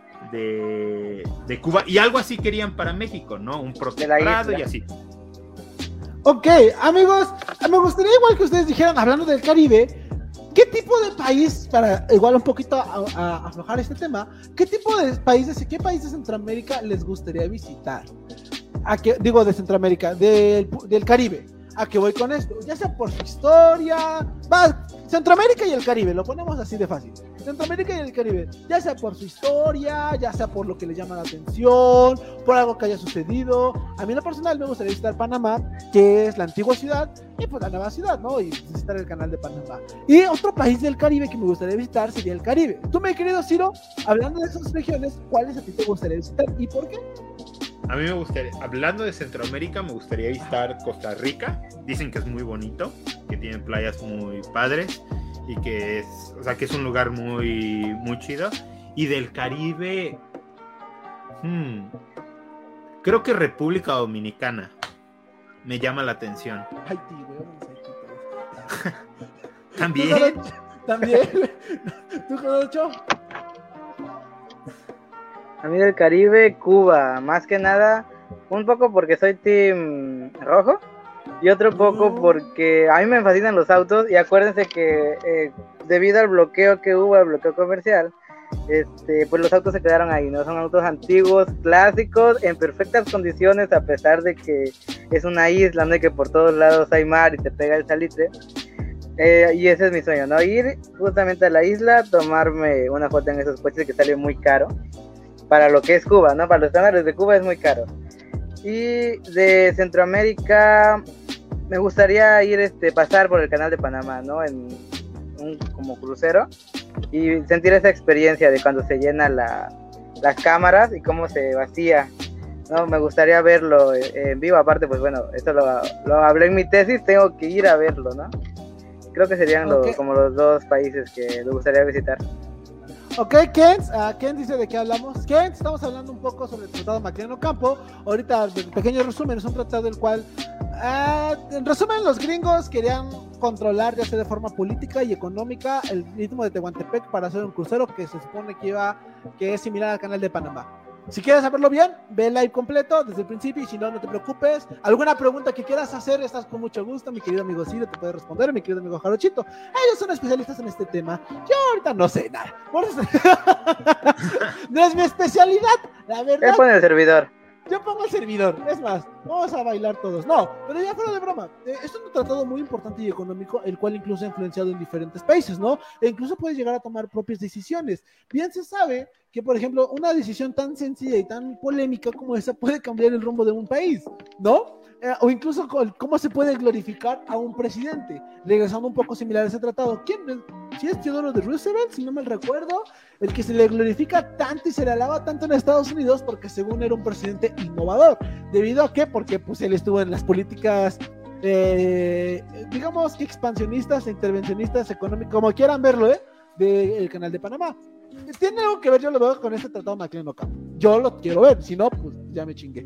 Cuba. Y algo así querían para México, ¿no? Un protectorado y así. Ok, amigos, me gustaría igual que ustedes dijeran, hablando del Caribe, ¿qué tipo de país, para igual un poquito a aflojar este tema, qué países de Centroamérica les gustaría visitar? De Centroamérica, del Caribe. ¿A qué voy con esto? Ya sea por su historia, Centroamérica y el Caribe, lo ponemos así de fácil. Centroamérica y el Caribe, ya sea por su historia, ya sea por lo que les llama la atención, por algo que haya sucedido. A mí en lo personal me gustaría visitar Panamá, que es la antigua ciudad, y pues la nueva ciudad, ¿no? Y visitar el canal de Panamá. Y otro país del Caribe que me gustaría visitar sería el Caribe. Tú, mi querido Ciro, hablando de esas regiones, ¿cuáles a ti te gustaría visitar y por qué? A mí me gustaría, hablando de Centroamérica, me gustaría visitar Costa Rica. Dicen que es muy bonito, que tiene playas muy padres y que es un lugar muy, muy chido. Y del Caribe, creo que República Dominicana me llama la atención. Haití, güey, También. También. ¿Tú, Jodocho? A mí del Caribe, Cuba, más que nada, un poco porque soy team rojo y otro poco porque a mí me fascinan los autos, y acuérdense que debido al bloqueo que hubo, el bloqueo comercial, pues los autos se quedaron ahí, ¿no? Son autos antiguos, clásicos, en perfectas condiciones, a pesar de que es una isla, ¿no? Y que por todos lados hay mar y te pega el salitre. Y ese es mi sueño, ¿no? Ir justamente a la isla, tomarme una foto en esos coches que sale muy caro. Para lo que es Cuba, ¿no? Para los estándares de Cuba es muy caro. Y de Centroamérica me gustaría ir, pasar por el canal de Panamá, ¿no? En un como crucero y sentir esa experiencia de cuando se llenan las cámaras y cómo se vacía, ¿no? Me gustaría verlo en vivo. Aparte, pues bueno, esto lo hablé en mi tesis, tengo que ir a verlo, ¿no? Creo que serían como los dos países que me gustaría visitar. Ok, Ken dice de qué hablamos. Ken, estamos hablando un poco sobre el Tratado Macleano Campo. Ahorita, pequeño resumen, es un tratado del cual, en resumen, los gringos querían controlar, ya sea de forma política y económica, el istmo de Tehuantepec para hacer un crucero que se supone que es similar al canal de Panamá. Si quieres saberlo bien, ve el live completo desde el principio y si no, no te preocupes. Alguna pregunta que quieras hacer, estás con mucho gusto. Mi querido amigo Ciro te puede responder, mi querido amigo Jarochito. Ellos son especialistas en este tema. Yo ahorita no sé nada. No es mi especialidad, la verdad. Él pone el servidor. Yo pongo el servidor, es más, vamos a bailar todos. No, pero ya fuera de broma, esto es un tratado muy importante y económico, el cual incluso ha influenciado en diferentes países, ¿no? E incluso puedes llegar a tomar propias decisiones. Bien se sabe que, por ejemplo, una decisión tan sencilla y tan polémica como esa puede cambiar el rumbo de un país, ¿no? O incluso cómo se puede glorificar a un presidente. Regresando un poco similar a ese tratado. Si es Theodore de Roosevelt, si no me recuerdo, el que se le glorifica tanto y se le alaba tanto en Estados Unidos porque según era un presidente innovador. ¿Debido a qué? Porque pues él estuvo en las políticas, digamos que expansionistas, intervencionistas, económicas, como quieran verlo, del canal de Panamá. Tiene algo que ver, yo lo veo con este tratado Macleano Campo. Yo lo quiero ver, si no, pues ya me chingué.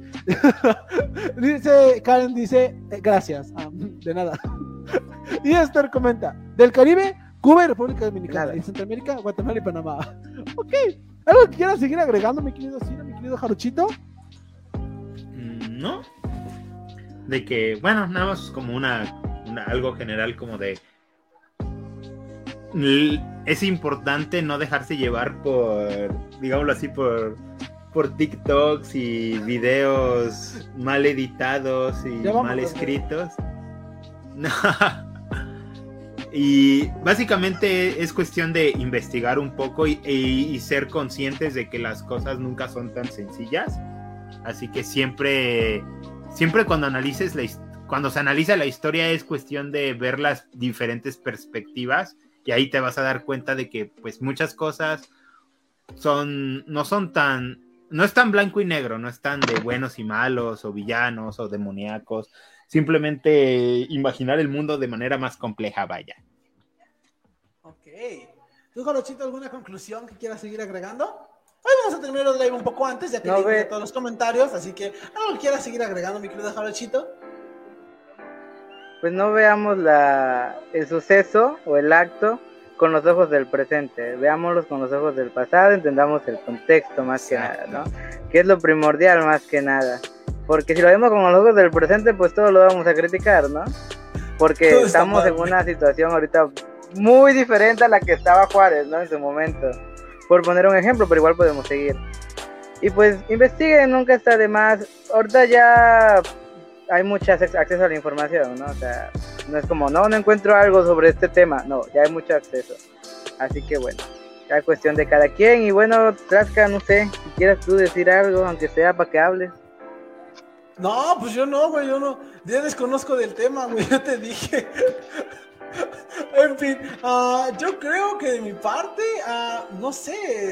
Karen dice, gracias, de nada. Y Esther comenta, del Caribe, Cuba y República Dominicana, y Centroamérica, Guatemala y Panamá. Ok, ¿algo que quieras seguir agregando, mi querido Ciro, mi querido Jarochito? No, de que, bueno, nada más como algo general como de es importante no dejarse llevar por, digámoslo así, por TikToks y videos mal editados y mal escritos. No. Y básicamente es cuestión de investigar un poco y ser conscientes de que las cosas nunca son tan sencillas. Así que siempre cuando se analiza la historia es cuestión de ver las diferentes perspectivas. Y ahí te vas a dar cuenta de que pues muchas cosas no es tan blanco y negro, no es tan de buenos y malos o villanos o demoníacos. Simplemente imaginar el mundo de manera más compleja, vaya. Ok. ¿Tú, Jarochito, alguna conclusión que quieras seguir agregando? Hoy vamos a terminar el live un poco antes, ya que leí todos los comentarios, así que algo que quieras seguir agregando, mi querido Jarochito. Pues no veamos el suceso o el acto con los ojos del presente, veámoslos con los ojos del pasado, entendamos el contexto más que nada, ¿no? Que es lo primordial más que nada, porque si lo vemos con los ojos del presente, pues todo lo vamos a criticar, ¿no? Porque estamos en una situación ahorita muy diferente a la que estaba Juárez, ¿no? En su momento, por poner un ejemplo, pero igual podemos seguir. Y pues investiguen, nunca está de más. Ahorita ya hay mucho acceso a la información, ¿no? O sea, no es como, no encuentro algo sobre este tema, no, ya hay mucho acceso. Así que bueno, ya es cuestión de cada quien. Y bueno, Trasca, no sé, si quieres tú decir algo, aunque sea para que hables. No, pues yo no, güey, yo desconozco del tema, güey, yo te dije. En fin, yo creo que de mi parte, no sé,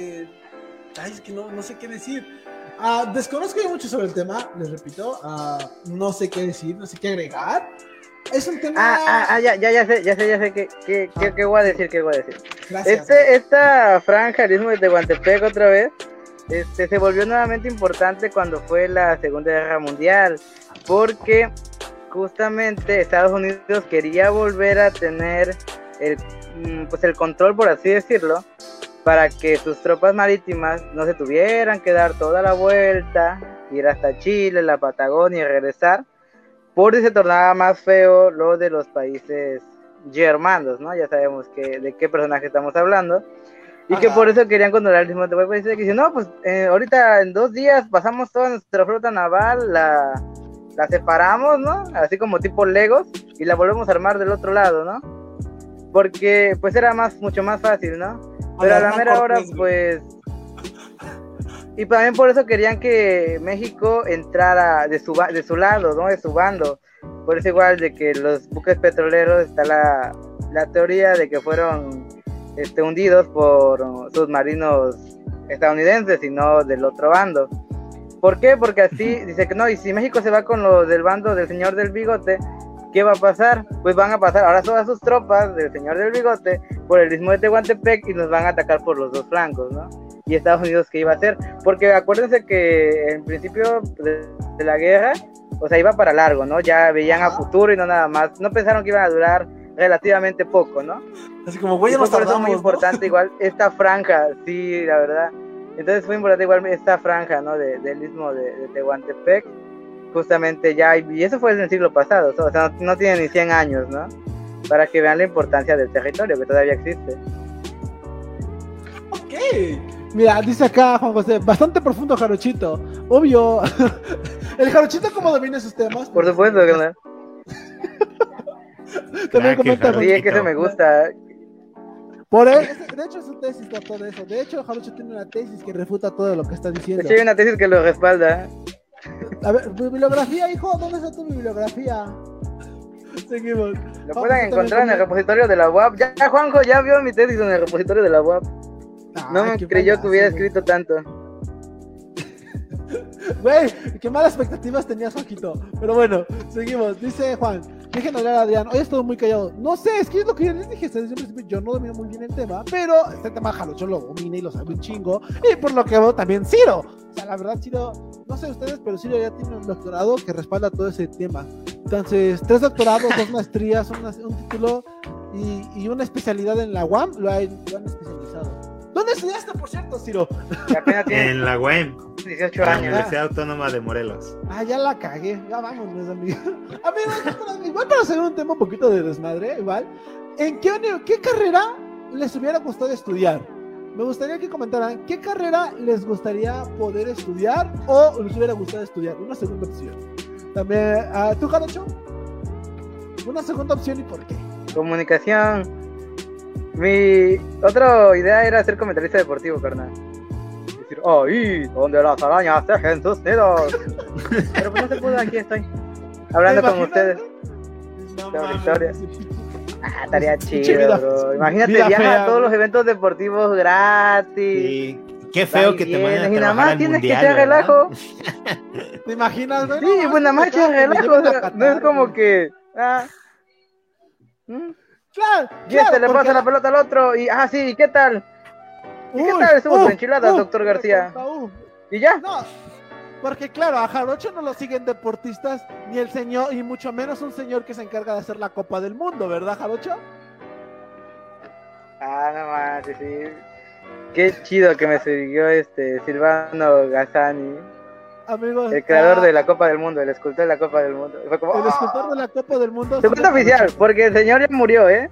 es que no sé qué decir. Desconozco mucho sobre el tema, les repito, no sé qué decir, no sé qué agregar. Es un tema... Ya sé qué voy a decir, Gracias. Esta franja, el istmo de Tehuantepec otra vez, se volvió nuevamente importante cuando fue la Segunda Guerra Mundial, porque justamente Estados Unidos quería volver a tener el control, por así decirlo, para que sus tropas marítimas no se tuvieran que dar toda la vuelta, ir hasta Chile, la Patagonia y regresar, por si se tornaba más feo lo de los países germanos, ¿no? Ya sabemos de qué personaje estamos hablando. Y que por eso querían controlar el ritmo de Tehuantepec. Que dice, no, pues ahorita en 2 días pasamos toda nuestra flota naval, la separamos, ¿no? Así como tipo Legos, y la volvemos a armar del otro lado, ¿no? Porque pues era mucho más fácil, ¿no? Pero a la mera hora, pues... Y también por eso querían que México entrara de su lado, ¿no? De su bando. Por eso igual de que los buques petroleros está la teoría de que fueron hundidos por submarinos estadounidenses y no del otro bando. ¿Por qué? Porque así dice que no, y si México se va con los del bando del señor del bigote, ¿qué va a pasar? Pues van a pasar ahora todas sus tropas del señor del bigote por el istmo de Tehuantepec y nos van a atacar por los dos flancos, ¿no? Y Estados Unidos, ¿qué iba a hacer? Porque acuérdense que en principio de la guerra, o sea, iba para largo, ¿no? Ya veían a futuro y no nada más. No pensaron que iban a durar relativamente poco, ¿no? Así como, güey, ya nos por tardamos, eso es muy importante, ¿no? Igual esta franja, sí, la verdad. Entonces fue importante igual esta franja, ¿no? Del istmo de Tehuantepec, justamente ya, y eso fue en el siglo pasado, o sea, no tiene ni 100 años, ¿no? Para que vean la importancia del territorio que todavía existe. Ok. Mira, dice acá Juan José, bastante profundo Jarochito. Obvio. El Jarochito, ¿cómo domina esos temas? Por supuesto, ¿no? También comenta. Sí, es que eso me gusta. De hecho, es su tesis todo eso. De hecho, Jarocho tiene una tesis que refuta todo lo que está diciendo. De hecho, hay una tesis que lo respalda. A ver, bibliografía, hijo, ¿dónde está tu bibliografía? Seguimos. Lo pueden encontrar en el repositorio de la UAP. Ya, Juanjo, ya vio mi tesis en el repositorio de la UAP. No me creyó que hubiera escrito tanto. Güey, qué malas expectativas tenías, Joaquito. Pero bueno, seguimos. Dice Juan, dejen hablar a Adrián. Hoy he estado muy callado. No sé, es que es lo que yo les dije desde el principio. Yo no domino muy bien el tema, pero este tema Jarocho lo domina y lo sabe un chingo. Y por lo que veo también Ciro. O sea, la verdad, Ciro, no sé ustedes, pero Ciro ya tiene un doctorado que respalda todo ese tema. Entonces, 3 doctorados, 2 maestrías, un título y una especialidad en la UAM lo han especializado. ¿Dónde estudiaste, por cierto, Ciro? En la UAM. 18 en la años. Universidad Autónoma de Morelos. Ah, ya la cagué. Ya vámonos, amigo. Amigos, igual para hacer un tema un poquito de desmadre, igual. ¿En qué carrera les hubiera gustado estudiar? Me gustaría que comentaran qué carrera les gustaría poder estudiar o les hubiera gustado estudiar. Una segunda opción. También, ¿tú, Jarocho? Una segunda opción y por qué. Comunicación. Mi otra idea era ser comentarista deportivo, carnal. Decir, ahí, donde las arañas tejen sus nidos. Pero pues no se pudo, aquí estoy. Hablando con ustedes. No Sobre mames, historias. Estaría Pinche chido, vida- bro. Imagínate, vida viaja fea, a todos bro. los eventos deportivos gratis. Sí. Qué feo que te vayan a Y nada trabajar más al tienes mundial, que echar ¿verdad? relajo. ¿Te imaginas, güey? Sí, No, pues nada más echar me relajo. llevan O a sea, Qatar, no es como güey. que. Claro, Y este le porque pasa la pelota al otro. Y, sí, ¿y qué tal? ¿Y qué Uy, tal estuvo sus enchiladas, doctor García? Y ya. No, porque claro, a Jarocho no lo siguen deportistas, ni el señor, y mucho menos un señor que se encarga de hacer la Copa del Mundo, ¿verdad, Jarocho? No más, sí. Qué chido que me siguió Silvano Gazzani, Amigos, el creador de la Copa del Mundo, el escultor de la Copa del Mundo. Fue como, el escultor de la Copa del Mundo. su cuenta oficial, porque el señor ya murió, ¿eh?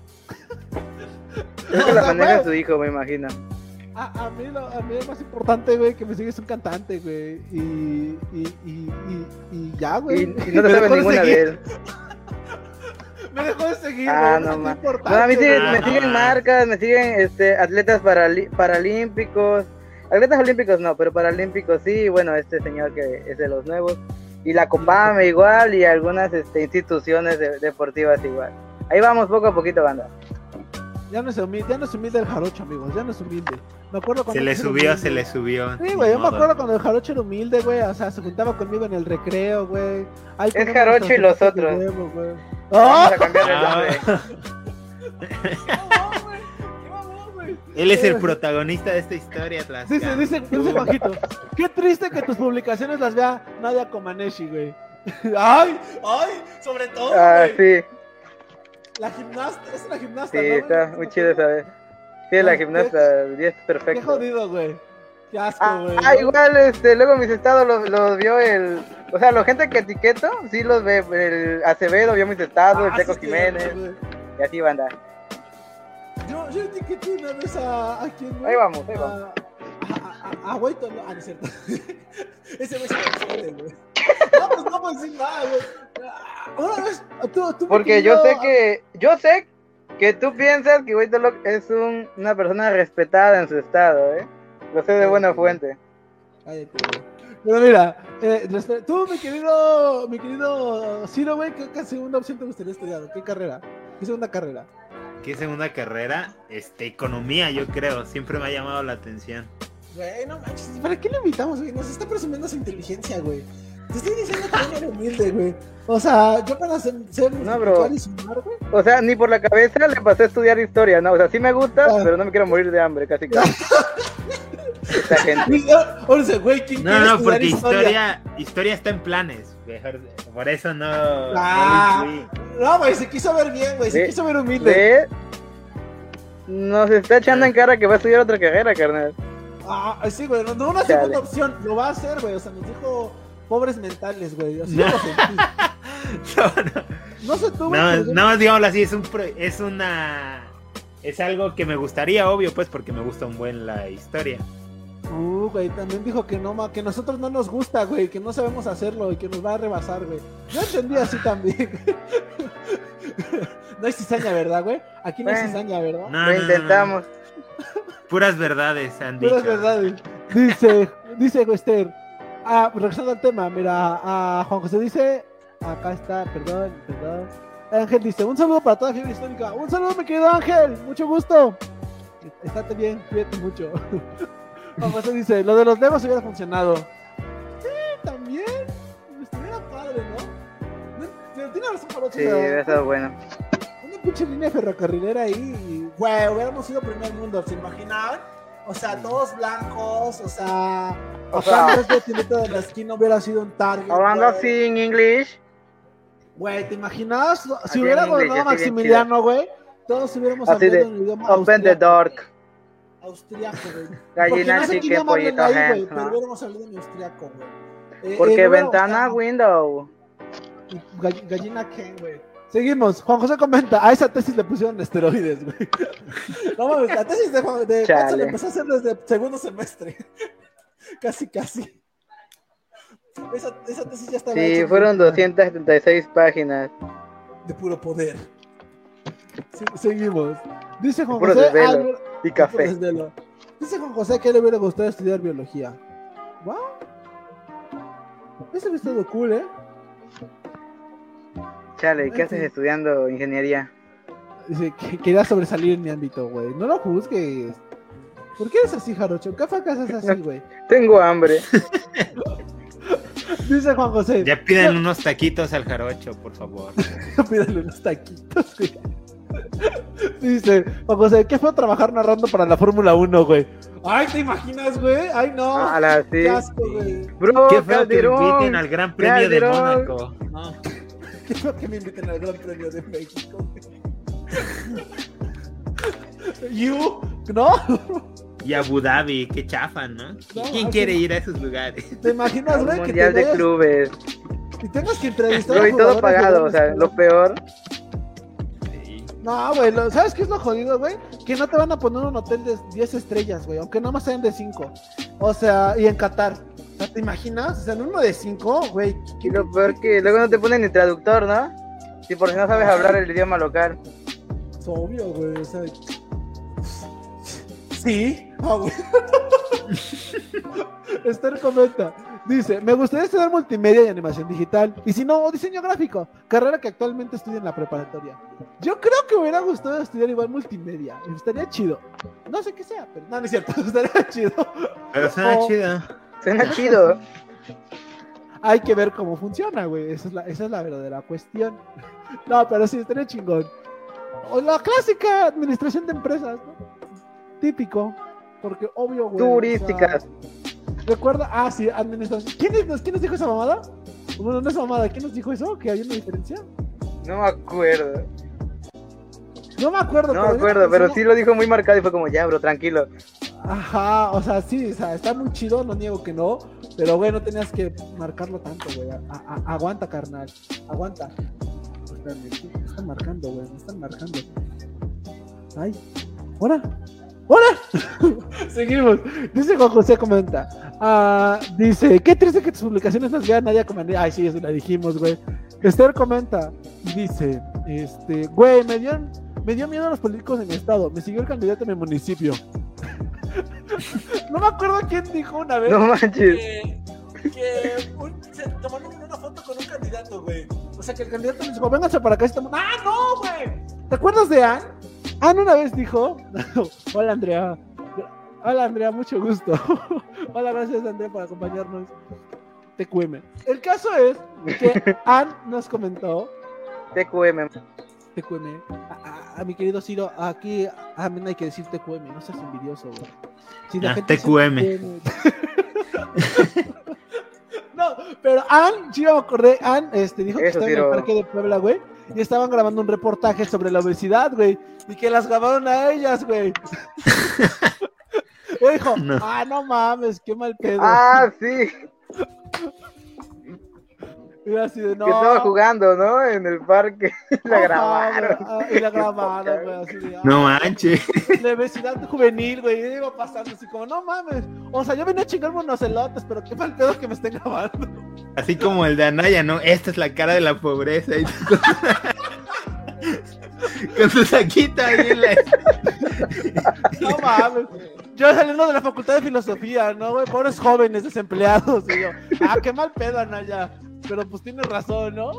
Es que la maneja güey, su hijo, me imagino. a mí lo más importante, güey, que me sigue es un cantante, güey, y ya, güey. Y no te sabes ninguna de él. Me dejó de seguir, No güey, más. importante, No, a mí güey. me siguen marcas, me siguen atletas paralímpicos. Atletas olímpicos no, pero paralímpicos sí. Bueno, este señor que es de los nuevos. Y la Copame igual, y algunas instituciones deportivas igual. Ahí vamos poco a poquito, banda. Ya no es humilde el Jarocho, amigos, ya no es humilde. Me acuerdo cuando Se le era subió, humilde. se le subió. Sí, güey, yo me Ni modo. acuerdo cuando el Jarocho era humilde, güey, o sea, se juntaba conmigo en el recreo, güey. Ahí Es comíamos Jarocho y los tortitas de otros. huevo, güey. Vamos ¡Ah! a cambiar el Ah. nombre. ¡Qué mamón, güey! Él es el protagonista de esta historia, Tlaxcala. Dice Bajito, qué triste que tus publicaciones las vea Nadia Comaneci, güey. ¡Ay! Sobre todo, güey. Sí, La gimnasta, es una gimnasta, sí, ¿no, está güey? muy chido esa vez. Sí, la gimnasta, 10 Qué perfecto. jodido, güey. Qué asco, güey. Igual, luego mis estados los vio o sea, la gente que etiqueto, sí los ve, el Acevedo vio mis estados, el Ah, Checo sí, Jiménez, güey. y así banda. yo etiqueté una vez a quién, güey. Ahí vamos. A Guaito, no, no es cierto. Ese güey se confunde, güey. No, pues no puedo decir nada, güey. Una vez, tú Porque yo sé que tú piensas que Huitolo es una persona respetada en su estado, ¿eh? Lo sé de buena fuente. Cállate, güey. Pero mira, tú, mi querido Ciro, güey, ¿qué segunda opción te gustaría estudiar? ¿Qué carrera? ¿Qué segunda carrera? ¿Qué segunda carrera? Economía, yo creo. Siempre me ha llamado la atención. Güey, no manches, ¿para qué lo invitamos, güey? Nos está presumiendo su inteligencia, güey. Te estoy diciendo que no eres humilde, güey. O sea, yo para ser no, bro. Y sumar, güey. O sea, ni por la cabeza le pasé a estudiar historia, ¿no? O sea, sí me gusta, pero no me quiero morir de hambre, casi. Esta gente. O sea, güey, ¿quién quiere No, estudiar porque historia está en planes. Por eso no. No, güey, se quiso ver bien, güey. Se quiso ver humilde. Nos está echando en cara que va a estudiar otra carrera, carnal. Sí, güey. No, una segunda opción. Lo va a hacer, güey. O sea, nos dijo pobres mentales, güey. Así no. Lo sentí. No sé tú, güey. Nada más digámoslo así, es algo que me gustaría, obvio, pues, porque me gusta un buen la historia. Güey, también dijo que no, que nosotros no nos gusta, güey, que no sabemos hacerlo y que nos va a rebasar, güey. Yo entendí así también. No hay cizaña, ¿verdad, güey? Aquí no hay cizaña, ¿verdad? Lo intentamos. Puras verdades, han dicho. Puras verdades. Dice Wester. Regresando al tema, mira, Juan José dice, acá está, perdón. Ángel dice, un saludo para toda fiebre histórica. Un saludo, mi querido Ángel, mucho gusto. Estate bien, cuídate mucho. Juan José dice, lo de los Legos hubiera funcionado. Sí, también. Estuviera padre, ¿no? Pero tiene razón por otro. Sí, hubiera estado bueno. Una pinche línea ferrocarrilera ahí y, güey, hubiéramos sido primer mundo, ¿se imaginaban? O sea, todos blancos, o sea, de tilito de la esquina hubiera sido un target. Hablando así en inglés. Güey, ¿te imaginas? Si hubiera gobernado Maximiliano, güey, todos hubiéramos hablado en el idioma Open the door. Austriaco, güey. Gallina, chicken, pollito, güey, pero hubiéramos hablado en austriaco, güey. Porque ventana, window. Gallina Ken, güey. Seguimos. Juan José comenta, a esa tesis le pusieron esteroides, güey. No mames, la tesis de Watson le empezó a hacer desde segundo semestre. Casi. Esa tesis ya estaba hecha. Sí, fueron 276 páginas. De puro poder. Seguimos. Dice Juan puro José. Desvelo y café. Dice Juan José que le hubiera gustado estudiar biología. Wow. Eso hubiera estado cool, ¿eh? Chale, ¿qué haces estudiando ingeniería? Dice que quería sobresalir en mi ámbito, güey. No lo juzgues. ¿Por qué eres así, Jarocho? ¿Qué fracasas así, güey? Tengo hambre. Dice Juan José. Ya piden unos taquitos al Jarocho, por favor. Pídale unos taquitos, güey. Dice Juan José, ¿qué fue trabajar narrando para la Fórmula 1, güey? Ay, ¿te imaginas, güey? Ay, no. Sí. Qué asco, güey. Bro, qué feo que me inviten al Gran Premio de Mónaco. No. Qué feo que me inviten al Gran Premio de México, güey. ¿No? Y Abu Dhabi, qué chafa, ¿no? ¿Quién quiere ir a esos lugares? ¿Te imaginas, güey? Mundial de clubes. Y tengas que entrevistar a todo pagado, o sea, lo peor. No, güey, ¿sabes qué es lo jodido, güey? Que no te van a poner un hotel de 10 estrellas, güey, aunque nada más sean de 5. O sea, y en Qatar. O sea, ¿te imaginas? O sea, en uno de 5, güey. Y lo peor que luego no te ponen ni traductor, ¿no? Si por si no sabes hablar el idioma local. Es obvio, güey, o sea... Sí, güey. Esther comenta, dice, me gustaría estudiar multimedia y animación digital, y si no, diseño gráfico, carrera que actualmente estudio en la preparatoria. Yo creo que me hubiera gustado estudiar igual multimedia, estaría chido. No sé qué sea, pero no es cierto, estaría chido. Pero suena chido. Suena chido. Hay que ver cómo funciona, güey, esa es la verdadera cuestión. No, pero sí, estaría chingón. O la clásica administración de empresas, ¿no? Típico, porque obvio, güey. Turísticas. O sea, recuerda, sí, administración. ¿Quién nos dijo esa mamada? Bueno, no es mamada, ¿quién nos dijo eso? ¿Que hay una diferencia? No me acuerdo. No me acuerdo, pero sí lo dijo muy marcado y fue como, ya, bro, tranquilo. Ajá, o sea, sí, o sea, está muy chido, no niego que no, pero güey, no tenías que marcarlo tanto, güey. Aguanta, carnal, aguanta. Espérame, me están marcando, güey, me están marcando. Ay, ¿Hola? Seguimos. Dice Juan José, comenta. Dice, qué triste que tus publicaciones las vea nadie comentar. Ay, sí, eso la dijimos, güey. Esther comenta. Dice, güey, me dio miedo a los políticos en mi estado. Me siguió el candidato en mi municipio. No me acuerdo quién dijo una vez. No manches. Se tomaron una foto con un candidato, güey. O sea, que el candidato le dijo, vénganse para acá. No, güey. ¿Te acuerdas de Ann? Ann una vez dijo, hola Andrea, mucho gusto. Hola, gracias Andrea por acompañarnos. TQM. El caso es que Ann nos comentó TQM. A mi querido Ciro, aquí a mí no hay que decir TQM, no seas envidioso, güey. Si la gente TQM. No, pero Ann, sí me acordé, Ann dijo que estaba en el parque de Puebla, güey, y estaban grabando un reportaje sobre la obesidad, güey, y que las grabaron a ellas, güey. Güey, dijo, no mames, qué mal pedo. Sí. Y así de, no. Que estaba jugando, ¿no? En el parque. La grabaron. Y la grabaron, güey, así de, no manches. La obesidad juvenil, güey, y iba pasando así como, no mames. O sea, yo venía a chingarme unos elotes, pero qué mal pedo que me estén grabando. Así como el de Anaya, ¿no? Esta es la cara de la pobreza. Y con su saquita ahí en la... No mames. Yo saliendo de la facultad de filosofía, ¿no, güey? Pobres jóvenes desempleados. Y yo, qué mal pedo, Anaya. Pero pues tienes razón, ¿no?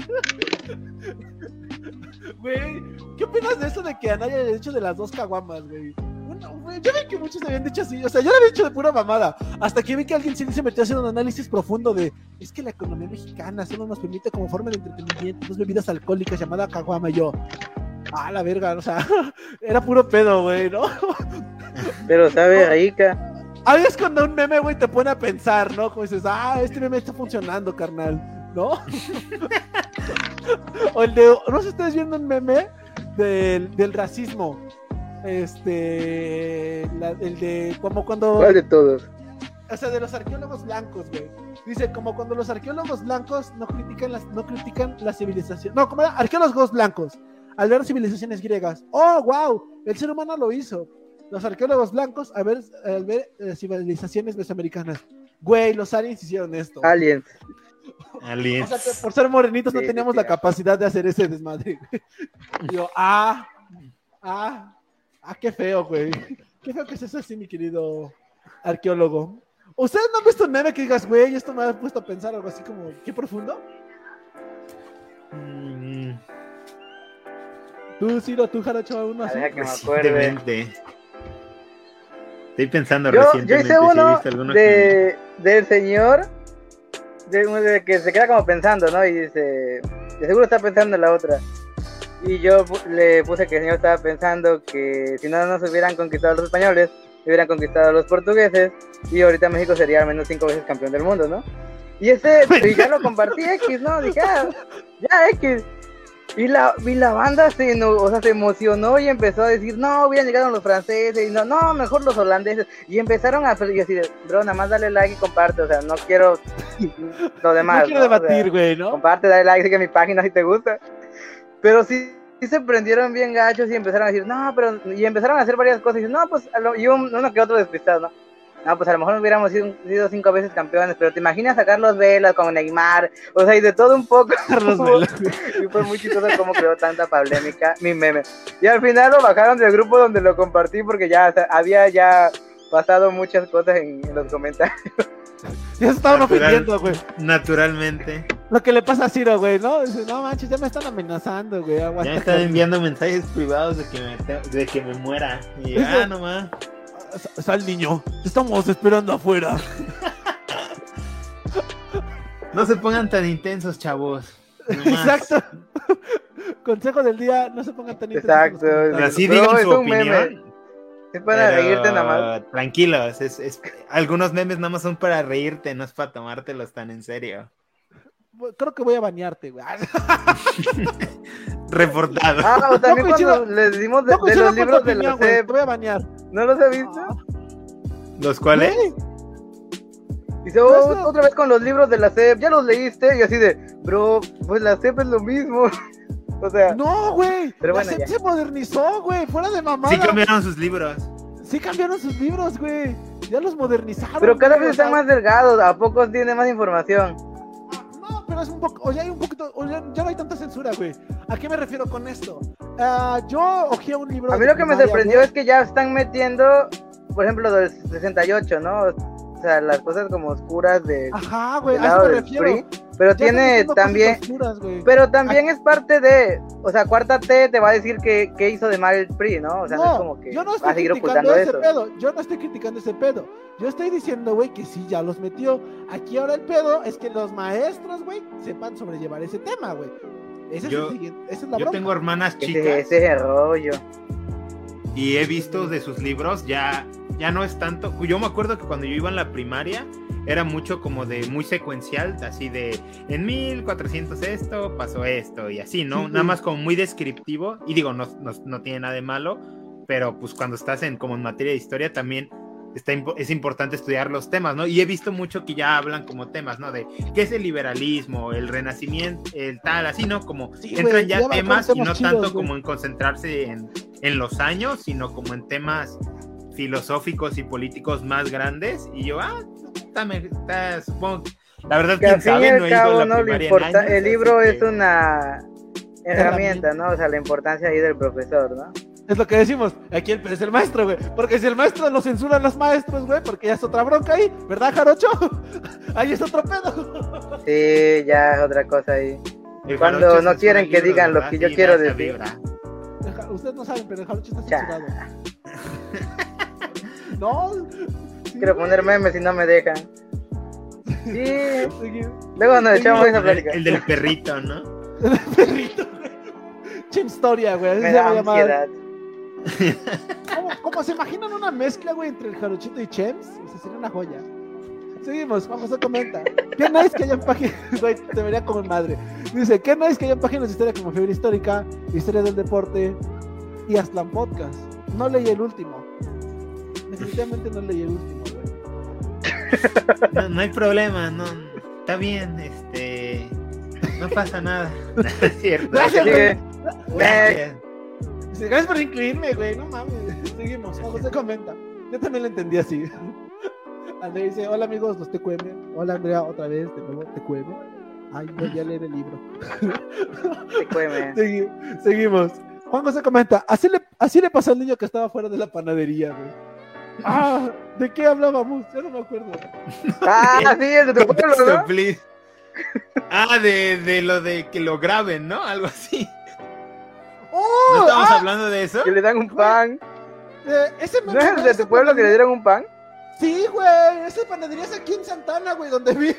Güey, ¿qué opinas de eso de que Anaya haya dicho de las 2 caguamas, güey? Bueno, güey, yo vi que muchos habían dicho así, o sea, yo lo había dicho de pura mamada, hasta que vi que alguien sí se metió a hacer un análisis profundo de, es que la economía mexicana solo nos permite como forma de entretenimiento 2 bebidas alcohólicas llamada caguama, y yo, la verga, o sea, era puro pedo, güey, ¿no? Pero sabe rica. Ahí es cuando un meme, güey, te pone a pensar, ¿no? Como dices, este meme está funcionando, carnal, ¿no? O el de, no sé si ustedes viendo un meme del racismo. El de como cuando... ¿Cuál de todos? O sea, de los arqueólogos blancos, güey. Dice, como cuando los arqueólogos blancos no critican la civilización. No, como arqueólogos blancos, al ver civilizaciones griegas. ¡Oh, wow! El ser humano lo hizo. Los arqueólogos blancos al ver civilizaciones mesoamericanas. Güey, los aliens hicieron esto. Aliens. O sea, que por ser morenitos no teníamos la capacidad de hacer ese desmadre. Y yo, qué feo, güey. Qué feo que es eso así, mi querido arqueólogo. ¿Ustedes no han visto un meme que digas, güey, esto me ha puesto a pensar algo así como, qué profundo? Tú, Ciro, tú, Jarocho, uno así. Que me acuerde. Estoy pensando yo recientemente. Yo hice uno si del señor de que se queda como pensando, ¿no? Y dice, de seguro está pensando en la otra. Y yo le puse que el señor estaba pensando que si no nos hubieran conquistado los españoles, hubieran conquistado los portugueses, y ahorita México sería al menos 5 veces campeón del mundo, ¿no? Y ya lo compartí X, ¿no? Dije, ya X. Y la banda se emocionó y empezó a decir, no, hubieran llegado los franceses, y no, mejor los holandeses. Y empezaron a hacer, y así de, bro, nada más dale like y comparte, o sea, no quiero lo demás. No quiero debatir, güey, ¿no? Comparte, dale like, sigue mi página si te gusta. Pero sí se prendieron bien gachos y empezaron a decir, no, pero, y empezaron a hacer varias cosas, y dicen, no, pues, y uno que otro despistado, ¿no? No, pues a lo mejor hubiéramos sido 5 veces campeones, pero te imaginas a Carlos Vela con Neymar, o sea, y de todo un poco. Carlos Vela. Y fue muy chistoso cómo creó tanta polémica mi meme. Y al final lo bajaron del grupo donde lo compartí porque ya había pasado muchas cosas en los comentarios. Ya se estaban ofendiendo, güey. Naturalmente. Lo que le pasa a Ciro, güey, ¿no? Dice, no manches, ya me están amenazando, güey. Ya me están enviando mensajes privados de que me muera. Y nomás. Sal, niño, te estamos esperando afuera. No se pongan tan intensos, chavos. Exacto. Consejo del día, no se pongan tan intensos. Exacto. Así digan su opinión. Es para reírte nada más. Tranquilos, algunos memes nada más son para reírte, no es para tomártelos tan en serio. Creo que voy a bañarte, güey. Reportado. O también cuando les dimos de los libros de la SEP. Te voy a bañar. ¿No los has visto? ¿Los cuáles? Dice, otra vez con los libros de la SEP, ¿ya los leíste? Y así de, bro, pues la SEP es lo mismo. O sea, No, güey. Pero La bueno, SEP ya. se modernizó, güey. Fuera de mamada. Sí cambiaron sus libros. Sí cambiaron sus libros, güey. Ya los modernizaron. pero cada güey, vez o sea, están más delgados, ¿a poco tiene más información? No, pero es un poco, o ya hay un poquito, o ya no hay tanta censura, güey. ¿A qué me refiero con esto? Yo hojeé un libro. A mí de lo que me primaria, sorprendió güey. es que ya están metiendo, por ejemplo, lo del 68, ¿no? O sea, las cosas como oscuras de Ajá, güey, del a eso lado me del refiero. PRI, pero Ya están tiene metiendo también, cosas oscuras, güey. pero también es parte de, o sea, Cuarta T te va a decir que hizo de mal el PRI, ¿no? O sea, no es como que yo no va estoy a seguir criticando ocultando ese eso. pedo. Yo no estoy criticando ese pedo. Yo estoy diciendo, güey, que sí, ya los metió. Aquí ahora el pedo es que los maestros, güey, sepan sobrellevar ese tema, güey. Ese es el siguiente, esa es la Yo bronca. tengo hermanas chicas Ese es el rollo. y he visto de sus libros, ya no es tanto. Yo me acuerdo que cuando yo iba en la primaria era mucho como de muy secuencial, así de en 1400 esto, pasó esto y así, ¿no? Sí, Nada más como muy descriptivo, y digo, no tiene nada de malo, pero pues cuando estás como en materia de historia también es importante estudiar los temas, ¿no? Y he visto mucho que ya hablan como temas, ¿no? De qué es el liberalismo, el renacimiento, el tal, así, ¿no? Como Sí, entran güey, ya ya van temas con y no temas chidos, tanto güey. como en concentrarse en los años, sino como en temas filosóficos y políticos más grandes. Y yo, supongo, la verdad, Que al quién fin y sabe, no al he ido a cabo, la ¿no? Lo primaria en importa, años, el libro así es que- una herramienta, ¿no? O sea, la importancia ahí del profesor, ¿no? Es lo que decimos, aquí es el maestro, güey. Porque si el maestro lo censuran los maestros, güey, porque ya es otra bronca ahí, ¿verdad, Jarocho? Ahí es otro pedo. Sí, ya es otra cosa ahí. El Cuando Jarocho no censura quieren que libros, digan lo ¿verdad? que yo Sí, quiero da esa decir. vibra. Ustedes no saben, pero el Jarocho está Ya. censurado. No. Sí, Quiero güey. poner memes y no me dejan. Sí, Sí, luego nos echamos esa El, plática. el del perrito, ¿no? el perrito, güey. Chimstoria, güey. Así Me se va da a llamar. ansiedad. ¿Cómo se imaginan una mezcla, güey, entre el Jarochito y Chems? O sea, sería una joya. Seguimos, Juan José comenta. Qué nice que hayan páginas, güey, te vería como madre. Dice, qué nice que hayan páginas de historia como Fiebre Histórica, Historia del Deporte y Aztlán Podcast. No leí el último. Definitivamente no leí el último, güey. No hay problema, no, está bien, no pasa nada. No es cierto. Gracias, Sigue. Gracias. Dice, gracias por incluirme, güey, no mames. Seguimos, Juan José comenta. Yo también lo entendí así. Andrea dice, hola amigos, los TQM. Hola Andrea, otra vez, de nuevo, TQM. Ay, voy a leer el libro. Te cueme. Seguimos. Juan José comenta, así le pasó al niño que estaba fuera de la panadería, güey. Ah, ¿de qué hablábamos? Ya no me acuerdo. Ah, sí, es de tu pueblo, Contexto, ¿no? please. De lo de que lo graben, ¿no? Algo así. ¡Oh! ¿No estamos hablando de eso? Que le dan un pan. Ese ¿No es el de tu pueblo que le dieron un pan? Sí, güey, esa panadería es aquí en Santana, güey, donde vivo.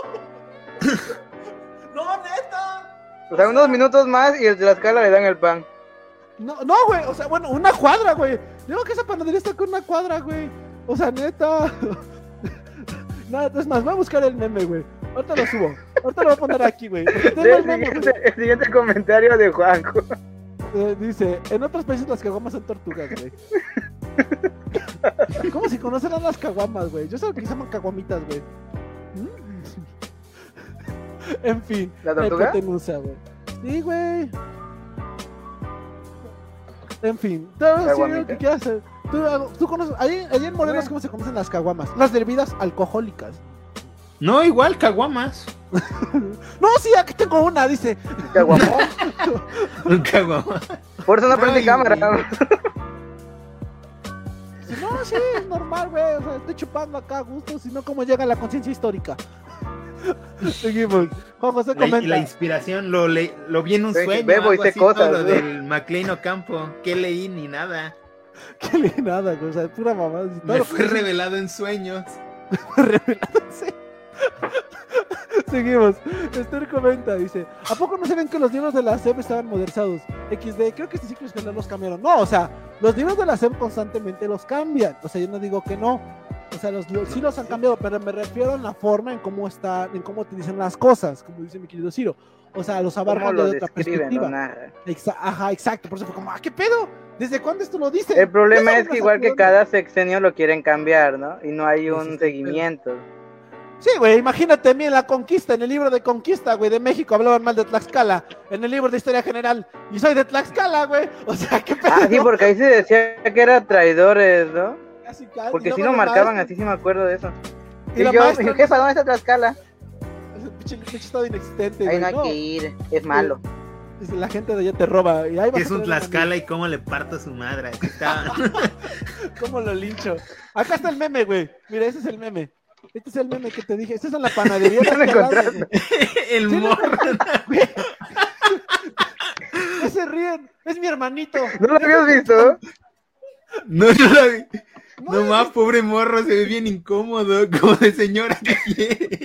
No, neta. O sea, unos minutos más y el de la escala le dan el pan. No, güey, o sea, bueno, una cuadra, güey. Digo que esa panadería está con una cuadra, güey. O sea, neta. Nada, es más, voy a buscar el meme, güey. Ahorita lo subo. Ahorita lo voy a poner aquí, güey. Porque tengo el meme, güey. El siguiente comentario de Juanjo. Dice, en otros países las caguamas son tortugas, güey. ¿Cómo si conocen a las caguamas, güey? Yo sé que se llaman caguamitas, güey. En fin. ¿La tortuga? Hipotenusa, güey. Sí, güey. En fin. Todo sí, Caguamita. lo que quieras hacer. Tú conoces. Ahí en Morelos, ¿cómo se conocen las caguamas? Las bebidas alcohólicas. No, igual, caguamas. No, sí, aquí tengo una, dice. Caguamón. Un caguama. Por eso no prendí Ay, cámara. güey. Dice, no, sí, es normal, güey. O sea, estoy chupando acá a gusto, sino como llega la conciencia histórica. Seguimos. Juan José comenta. La inspiración lo vi en un Sí, sueño. bebo y algo sé así, todo cosas, lo ¿no? del McLean Ocampo. ¿Qué leí? Ni nada. Que le nada, güey. O sea, es pura mamada. Si todo Me lo fue que- revelado en sueños. revelándose. Seguimos. Esther comenta, dice, ¿a poco no se ven que los libros de la SEP estaban modernizados? XD, creo que este ciclo escolar los cambiaron. No, o sea, los libros de la SEP constantemente los cambian. O sea, yo no digo que no. O sea, sí los han cambiado, pero me refiero a la forma en cómo utilizan las cosas, como dice mi querido Ciro. O sea, los ¿Cómo abarcan lo de otra describen? perspectiva. No narran. Ajá, exacto. Por eso fue como, ¿qué pedo? ¿Desde cuándo esto lo dice? El problema Ya es que sabes igual que hasta cada sexenio lo quieren cambiar, ¿no? Y no hay Ese es un el seguimiento. Sí, güey, imagínate a mí en la conquista, en el libro de conquista, güey, de México, hablaban mal de Tlaxcala, en el libro de historia general, y soy de Tlaxcala, güey, o sea, qué pedo. Ah, sí, porque ahí se decía que eran traidores, ¿no? Casi, Porque sí lo marcaban, así sí me acuerdo de eso. Y Y la yo, maestra, jefa, ¿dónde está Tlaxcala? pinche estado inexistente, Ahí güey, no hay que ir, es malo. La gente de allá te roba, y ahí vas Es a un tener Tlaxcala y cómo le parto a su madre. Así está. ¿Cómo lo lincho? Acá está el meme, güey, mira, ese es el meme. Este es el meme que te dije. Este es en la panadería. ¿Ya lo encontraste? El Sí, morro. No se ríen. Es mi hermanito. ¿No lo habías visto? No, no la vi. No, No más, pobre morro, se ve bien incómodo, como de señora que quiere.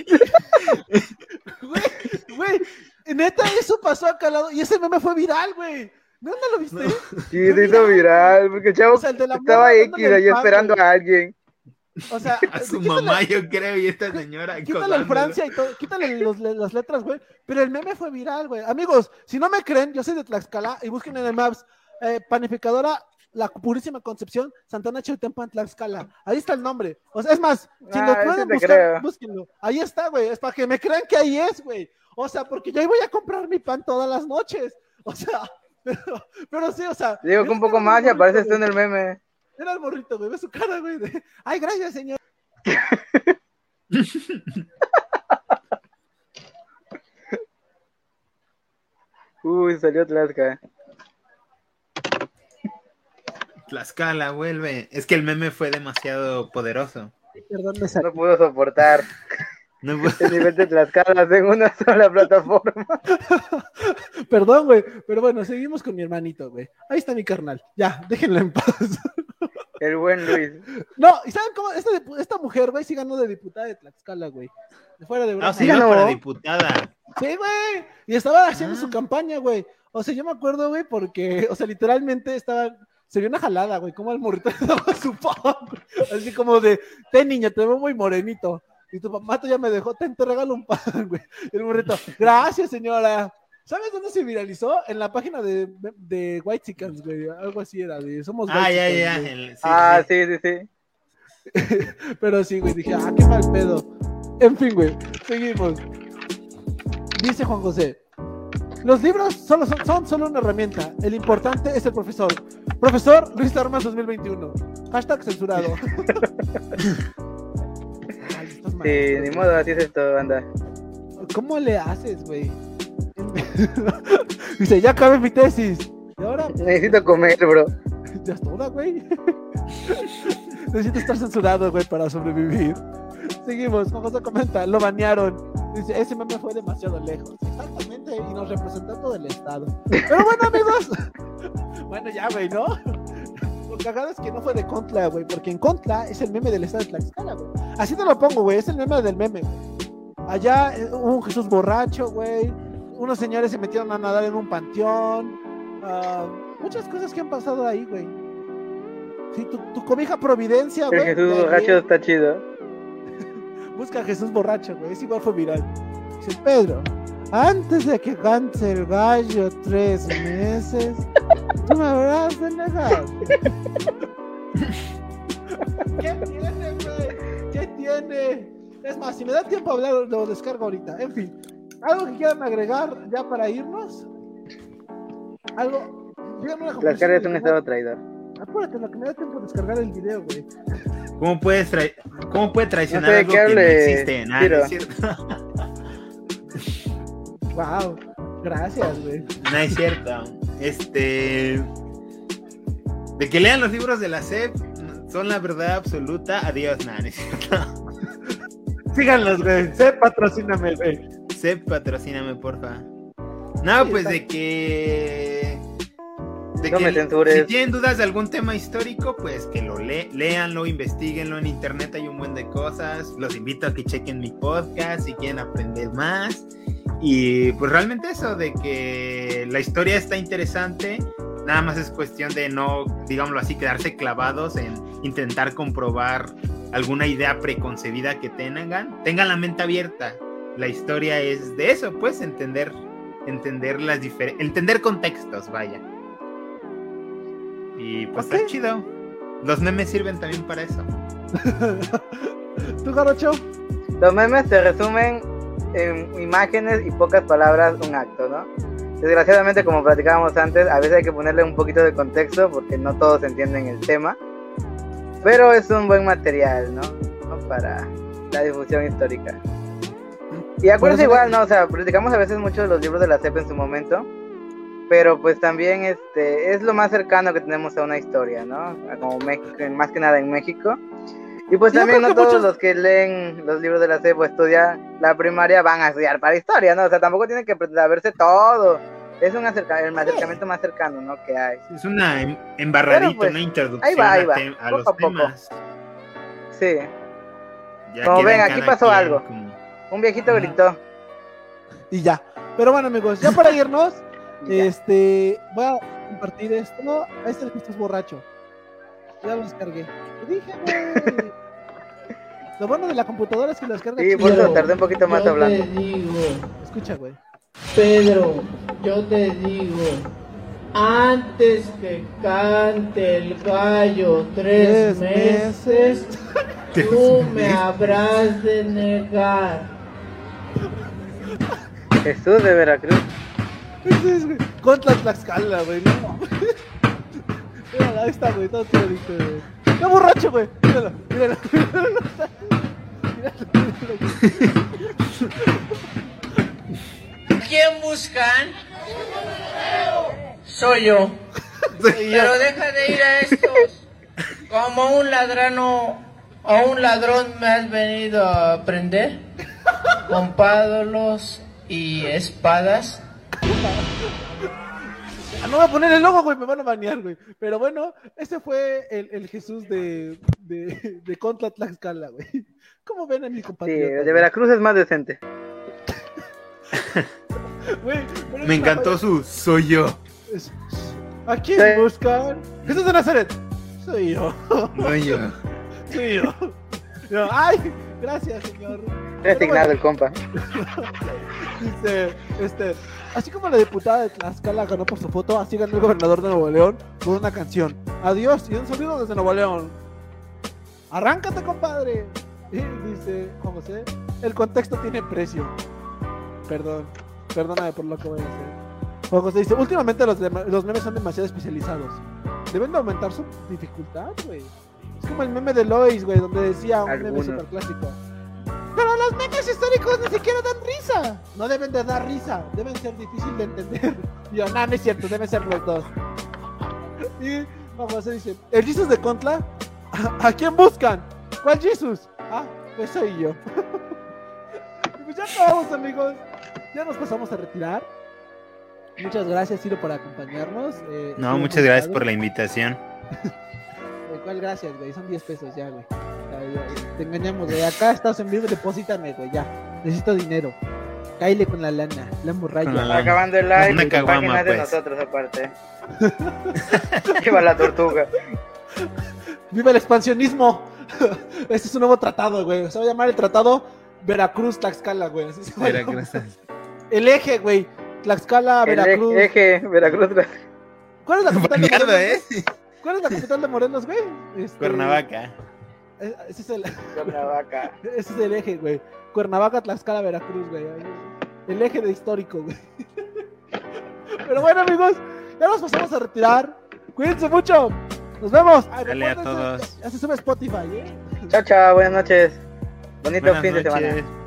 Güey, neta, eso pasó acá al lado. Y ese meme fue viral, güey. ¿Dónde lo viste? Sí, se hizo viral, porque el chavo O sea, el de la estaba morra X dándole ahí el pan, esperando güey. a alguien. O sea, A su quítale- mamá, yo creo, y esta señora. Quítale el acosándolo. Francia y todo, quítale las letras, güey. Pero el meme fue viral, güey. Amigos, si no me creen, yo soy de Tlaxcala y busquen en el Maps, panificadora La Purísima Concepción, Santana Chautempan, Tlaxcala. Ahí está el nombre. O sea, es más, si lo ese pueden te buscar, creo. búsquenlo. Ahí está, güey. Es para que me crean que ahí es, güey. O sea, porque yo ahí voy a comprar mi pan todas las noches. O sea, pero sí, o sea. Digo que un poco más y aparece esto en el meme. Era el morrito, güey. Ve su cara, güey. Ay, gracias, señor. Uy, salió Tlaxcala. Tlaxcala, vuelve. Es que el meme fue demasiado poderoso. Perdón, me salió. No pudo soportar No pu- el nivel de Tlaxcala en una sola plataforma. Perdón, güey. Pero bueno, seguimos con mi hermanito, güey. Ahí está mi carnal. Ya, déjenlo en paz. El buen Luis. No, ¿y saben cómo? Esta mujer, güey, sí ganó de diputada de Tlaxcala, güey. De fuera de No, broma. se Sí, iba ganó. para diputada. Sí, güey. Y estaba haciendo Ah. su campaña, güey. O sea, yo me acuerdo, güey, porque, o sea, literalmente se vio una jalada, güey, como al morrito le daba su pan, güey. Así como de, niña, te veo muy morenito. Y tu mamá ya me dejó, te regalo un pan, güey. Y el morrito, gracias, señora. ¿Sabes dónde se viralizó? En la página de White Chickens, güey. Algo así era, de Somos Ah, White ya, Chickens, ya. güey. Sí, Sí, sí. Pero sí, güey, dije, qué mal pedo. En fin, güey, seguimos. Dice Juan José, los libros son solo una herramienta. El importante es el profesor. Profesor Luis Armas 2021. Hashtag censurado. Ay, estás mal. Sí, ni modo, así es esto, banda. ¿Cómo le haces, güey? Dice, ya acabé mi tesis. Y ahora, Necesito comer, bro. ya es toda, güey. Necesito estar censurado, güey, para sobrevivir. Seguimos, Juan José comenta, lo banearon. Dice, ese meme fue demasiado lejos. Exactamente, y nos representó todo el estado. Pero bueno, amigos. Bueno, ya, güey, ¿no? Lo cagado es que no fue de Contla, güey, porque en Contla es el meme del estado de Tlaxcala, güey. Así te lo pongo, güey, es el meme del meme, güey. Allá hubo un Jesús borracho, güey. Unos señores se metieron a nadar en un panteón. Muchas cosas que han pasado ahí, güey. Sí, tu cobija Providencia, El güey. Jesús de borracho ayer. está chido. Busca a Jesús borracho, güey. Es igual fue viral. Dice Pedro, antes de que cante el gallo 3 meses, tú me habrás de negar. ¿Qué tiene, güey? ¿Qué tiene? Es más, si me da tiempo a hablar, lo descargo ahorita. En fin, ¿algo que quieran agregar ya para irnos? ¿Algo? Díganme una conclusión, Tlaxcala es un güey. estado traidor. Apúrate, lo que me da tiempo de descargar el video, güey. ¿Cómo puede traicionar No sé, algo ¿qué que no hable, existe? Nada, Ciro? no es cierto. Wow, gracias, güey. No es cierto. De que lean los libros de la SEP son la verdad absoluta. Adiós, nada, no es cierto. Síganlos, güey. Patrocíname, güey. SEP, patrocíname, porfa. No, Sí, pues está. de que... No me censures. Si tienen dudas de algún tema histórico, pues que lo léanlo, investiguenlo en internet, hay un buen de cosas. Los invito a que chequen mi podcast si quieren aprender más. Y pues realmente eso, de que la historia está interesante, nada más es cuestión de no, digámoslo así, quedarse clavados en intentar comprobar alguna idea preconcebida que tengan la mente abierta. La historia es de eso, pues, entender contextos, vaya. Y pues Ok. está chido. Los memes sirven también para eso. ¿Tú, Jarocho? Los memes se resumen en imágenes y pocas palabras un acto, ¿no? Desgraciadamente, como platicábamos antes, a veces hay que ponerle un poquito de contexto porque no todos entienden el tema. Pero es un buen material, ¿no? Para la difusión histórica. Y acuérdense igual, ¿no? O sea, platicamos a veces mucho de los libros de la SEP en su momento. Pero pues también es lo más cercano que tenemos a una historia, ¿no? Como México, más que nada en México. Y pues Yo también creo no que todos muchos- los que leen los libros de la SEP o estudian la primaria van a estudiar para historia, ¿no? O sea, tampoco tienen que saberse todo. Es un acercamiento más cercano, ¿no? Que hay. Es una embarradita, Pero, pues, una introducción ahí va, a poco los a poco. temas. Sí. Ya Como queda ven, en aquí cada pasó quien algo. como- Un viejito gritó. Y ya. Pero bueno, amigos, ya para irnos, Ya. voy a compartir esto. No, ahí está el que estás borracho. Ya lo descargué. Te dije, güey. Lo bueno de la computadora es que lo descarga Sí, chido. por eso tardé un poquito más yo hablando. te digo, Escucha, güey. Pedro, yo te digo, antes que cante el gallo 3 meses, tú me habrás de negar. Jesús de Veracruz. Ese es, güey. Contra Tlaxcala, güey. No. Mírala, ahí está, güey. Todo tiradito, güey. Está borracho, güey. Míralo, míralo. Míralo, ¿Quién buscan? Soy yo. Pero deja de ir a estos. Como un ladrón me has venido a prender con pádolos y espadas. Ah, no voy a poner el logo, güey, me van a banear, güey. Pero bueno, ese fue el Jesús de Contra Tlaxcala, güey. ¿Cómo ven a mi Sí, compatriota? de Veracruz es más decente. Güey, pero Me es encantó una- su soy yo. es- ¿A quién Sí. buscan? Jesús de Nazaret. Soy yo. Soy yo. Soy yo. Yo, ay, gracias, señor. Resignado el compa. Dice, así como la diputada de Tlaxcala ganó por su foto, así ganó el gobernador de Nuevo León con una canción. Adiós y un saludo desde Nuevo León. Arráncate, compadre. Y dice Juan José, el contexto tiene precio. Perdóname por lo que voy a hacer. Juan José dice, últimamente los memes son demasiado especializados. Deben de aumentar su dificultad, güey. Es como el meme de Lois, güey, donde decía un meme Algunos. super clásico. Pero los memes históricos ni siquiera dan risa. No deben de dar risa, deben ser difícil de entender. Y yo, no es cierto, deben ser los dos. Y Juan José dice, el Jesus de Contla, ¿a quién buscan? ¿Cuál Jesus? Ah, pues soy yo. Y pues ya acabamos, amigos. Ya nos pasamos a retirar. Muchas gracias, Ciro, por acompañarnos. No, muchas gracias por la invitación. ¿Cuál gracias, güey? Son 10 pesos ya, güey. Ya, te engañamos, güey. Acá estás en vivo, deposítame, güey, ya. Necesito dinero. Cáile con la lana, la morralla. Con la lana. Acabando el live, Una y caguama, páginas de pues. nosotros aparte. Lleva la tortuga. ¡Viva el expansionismo! Este es un nuevo tratado, güey. Se va a llamar el tratado Veracruz-Tlaxcala, güey. Así se va a Era, llamar. gracias. El eje, güey. Tlaxcala, El Veracruz. eje, Veracruz. ¿Cuál es la capital de Baneado, Morelos? ¿eh? ¿Cuál es la capital de Morelos, güey? Cuernavaca. Ese es el, Cuernavaca. ese es el eje, güey. Cuernavaca, Tlaxcala, Veracruz, güey. El eje de histórico, güey. Pero bueno, amigos, ya nos pasamos a retirar. Cuídense mucho. Nos vemos. Ay, Dale a recuerden, todos. Ya se sube Spotify, ¿eh? Chao, chao, buenas noches. Bonito Buenas fin de semana. noches.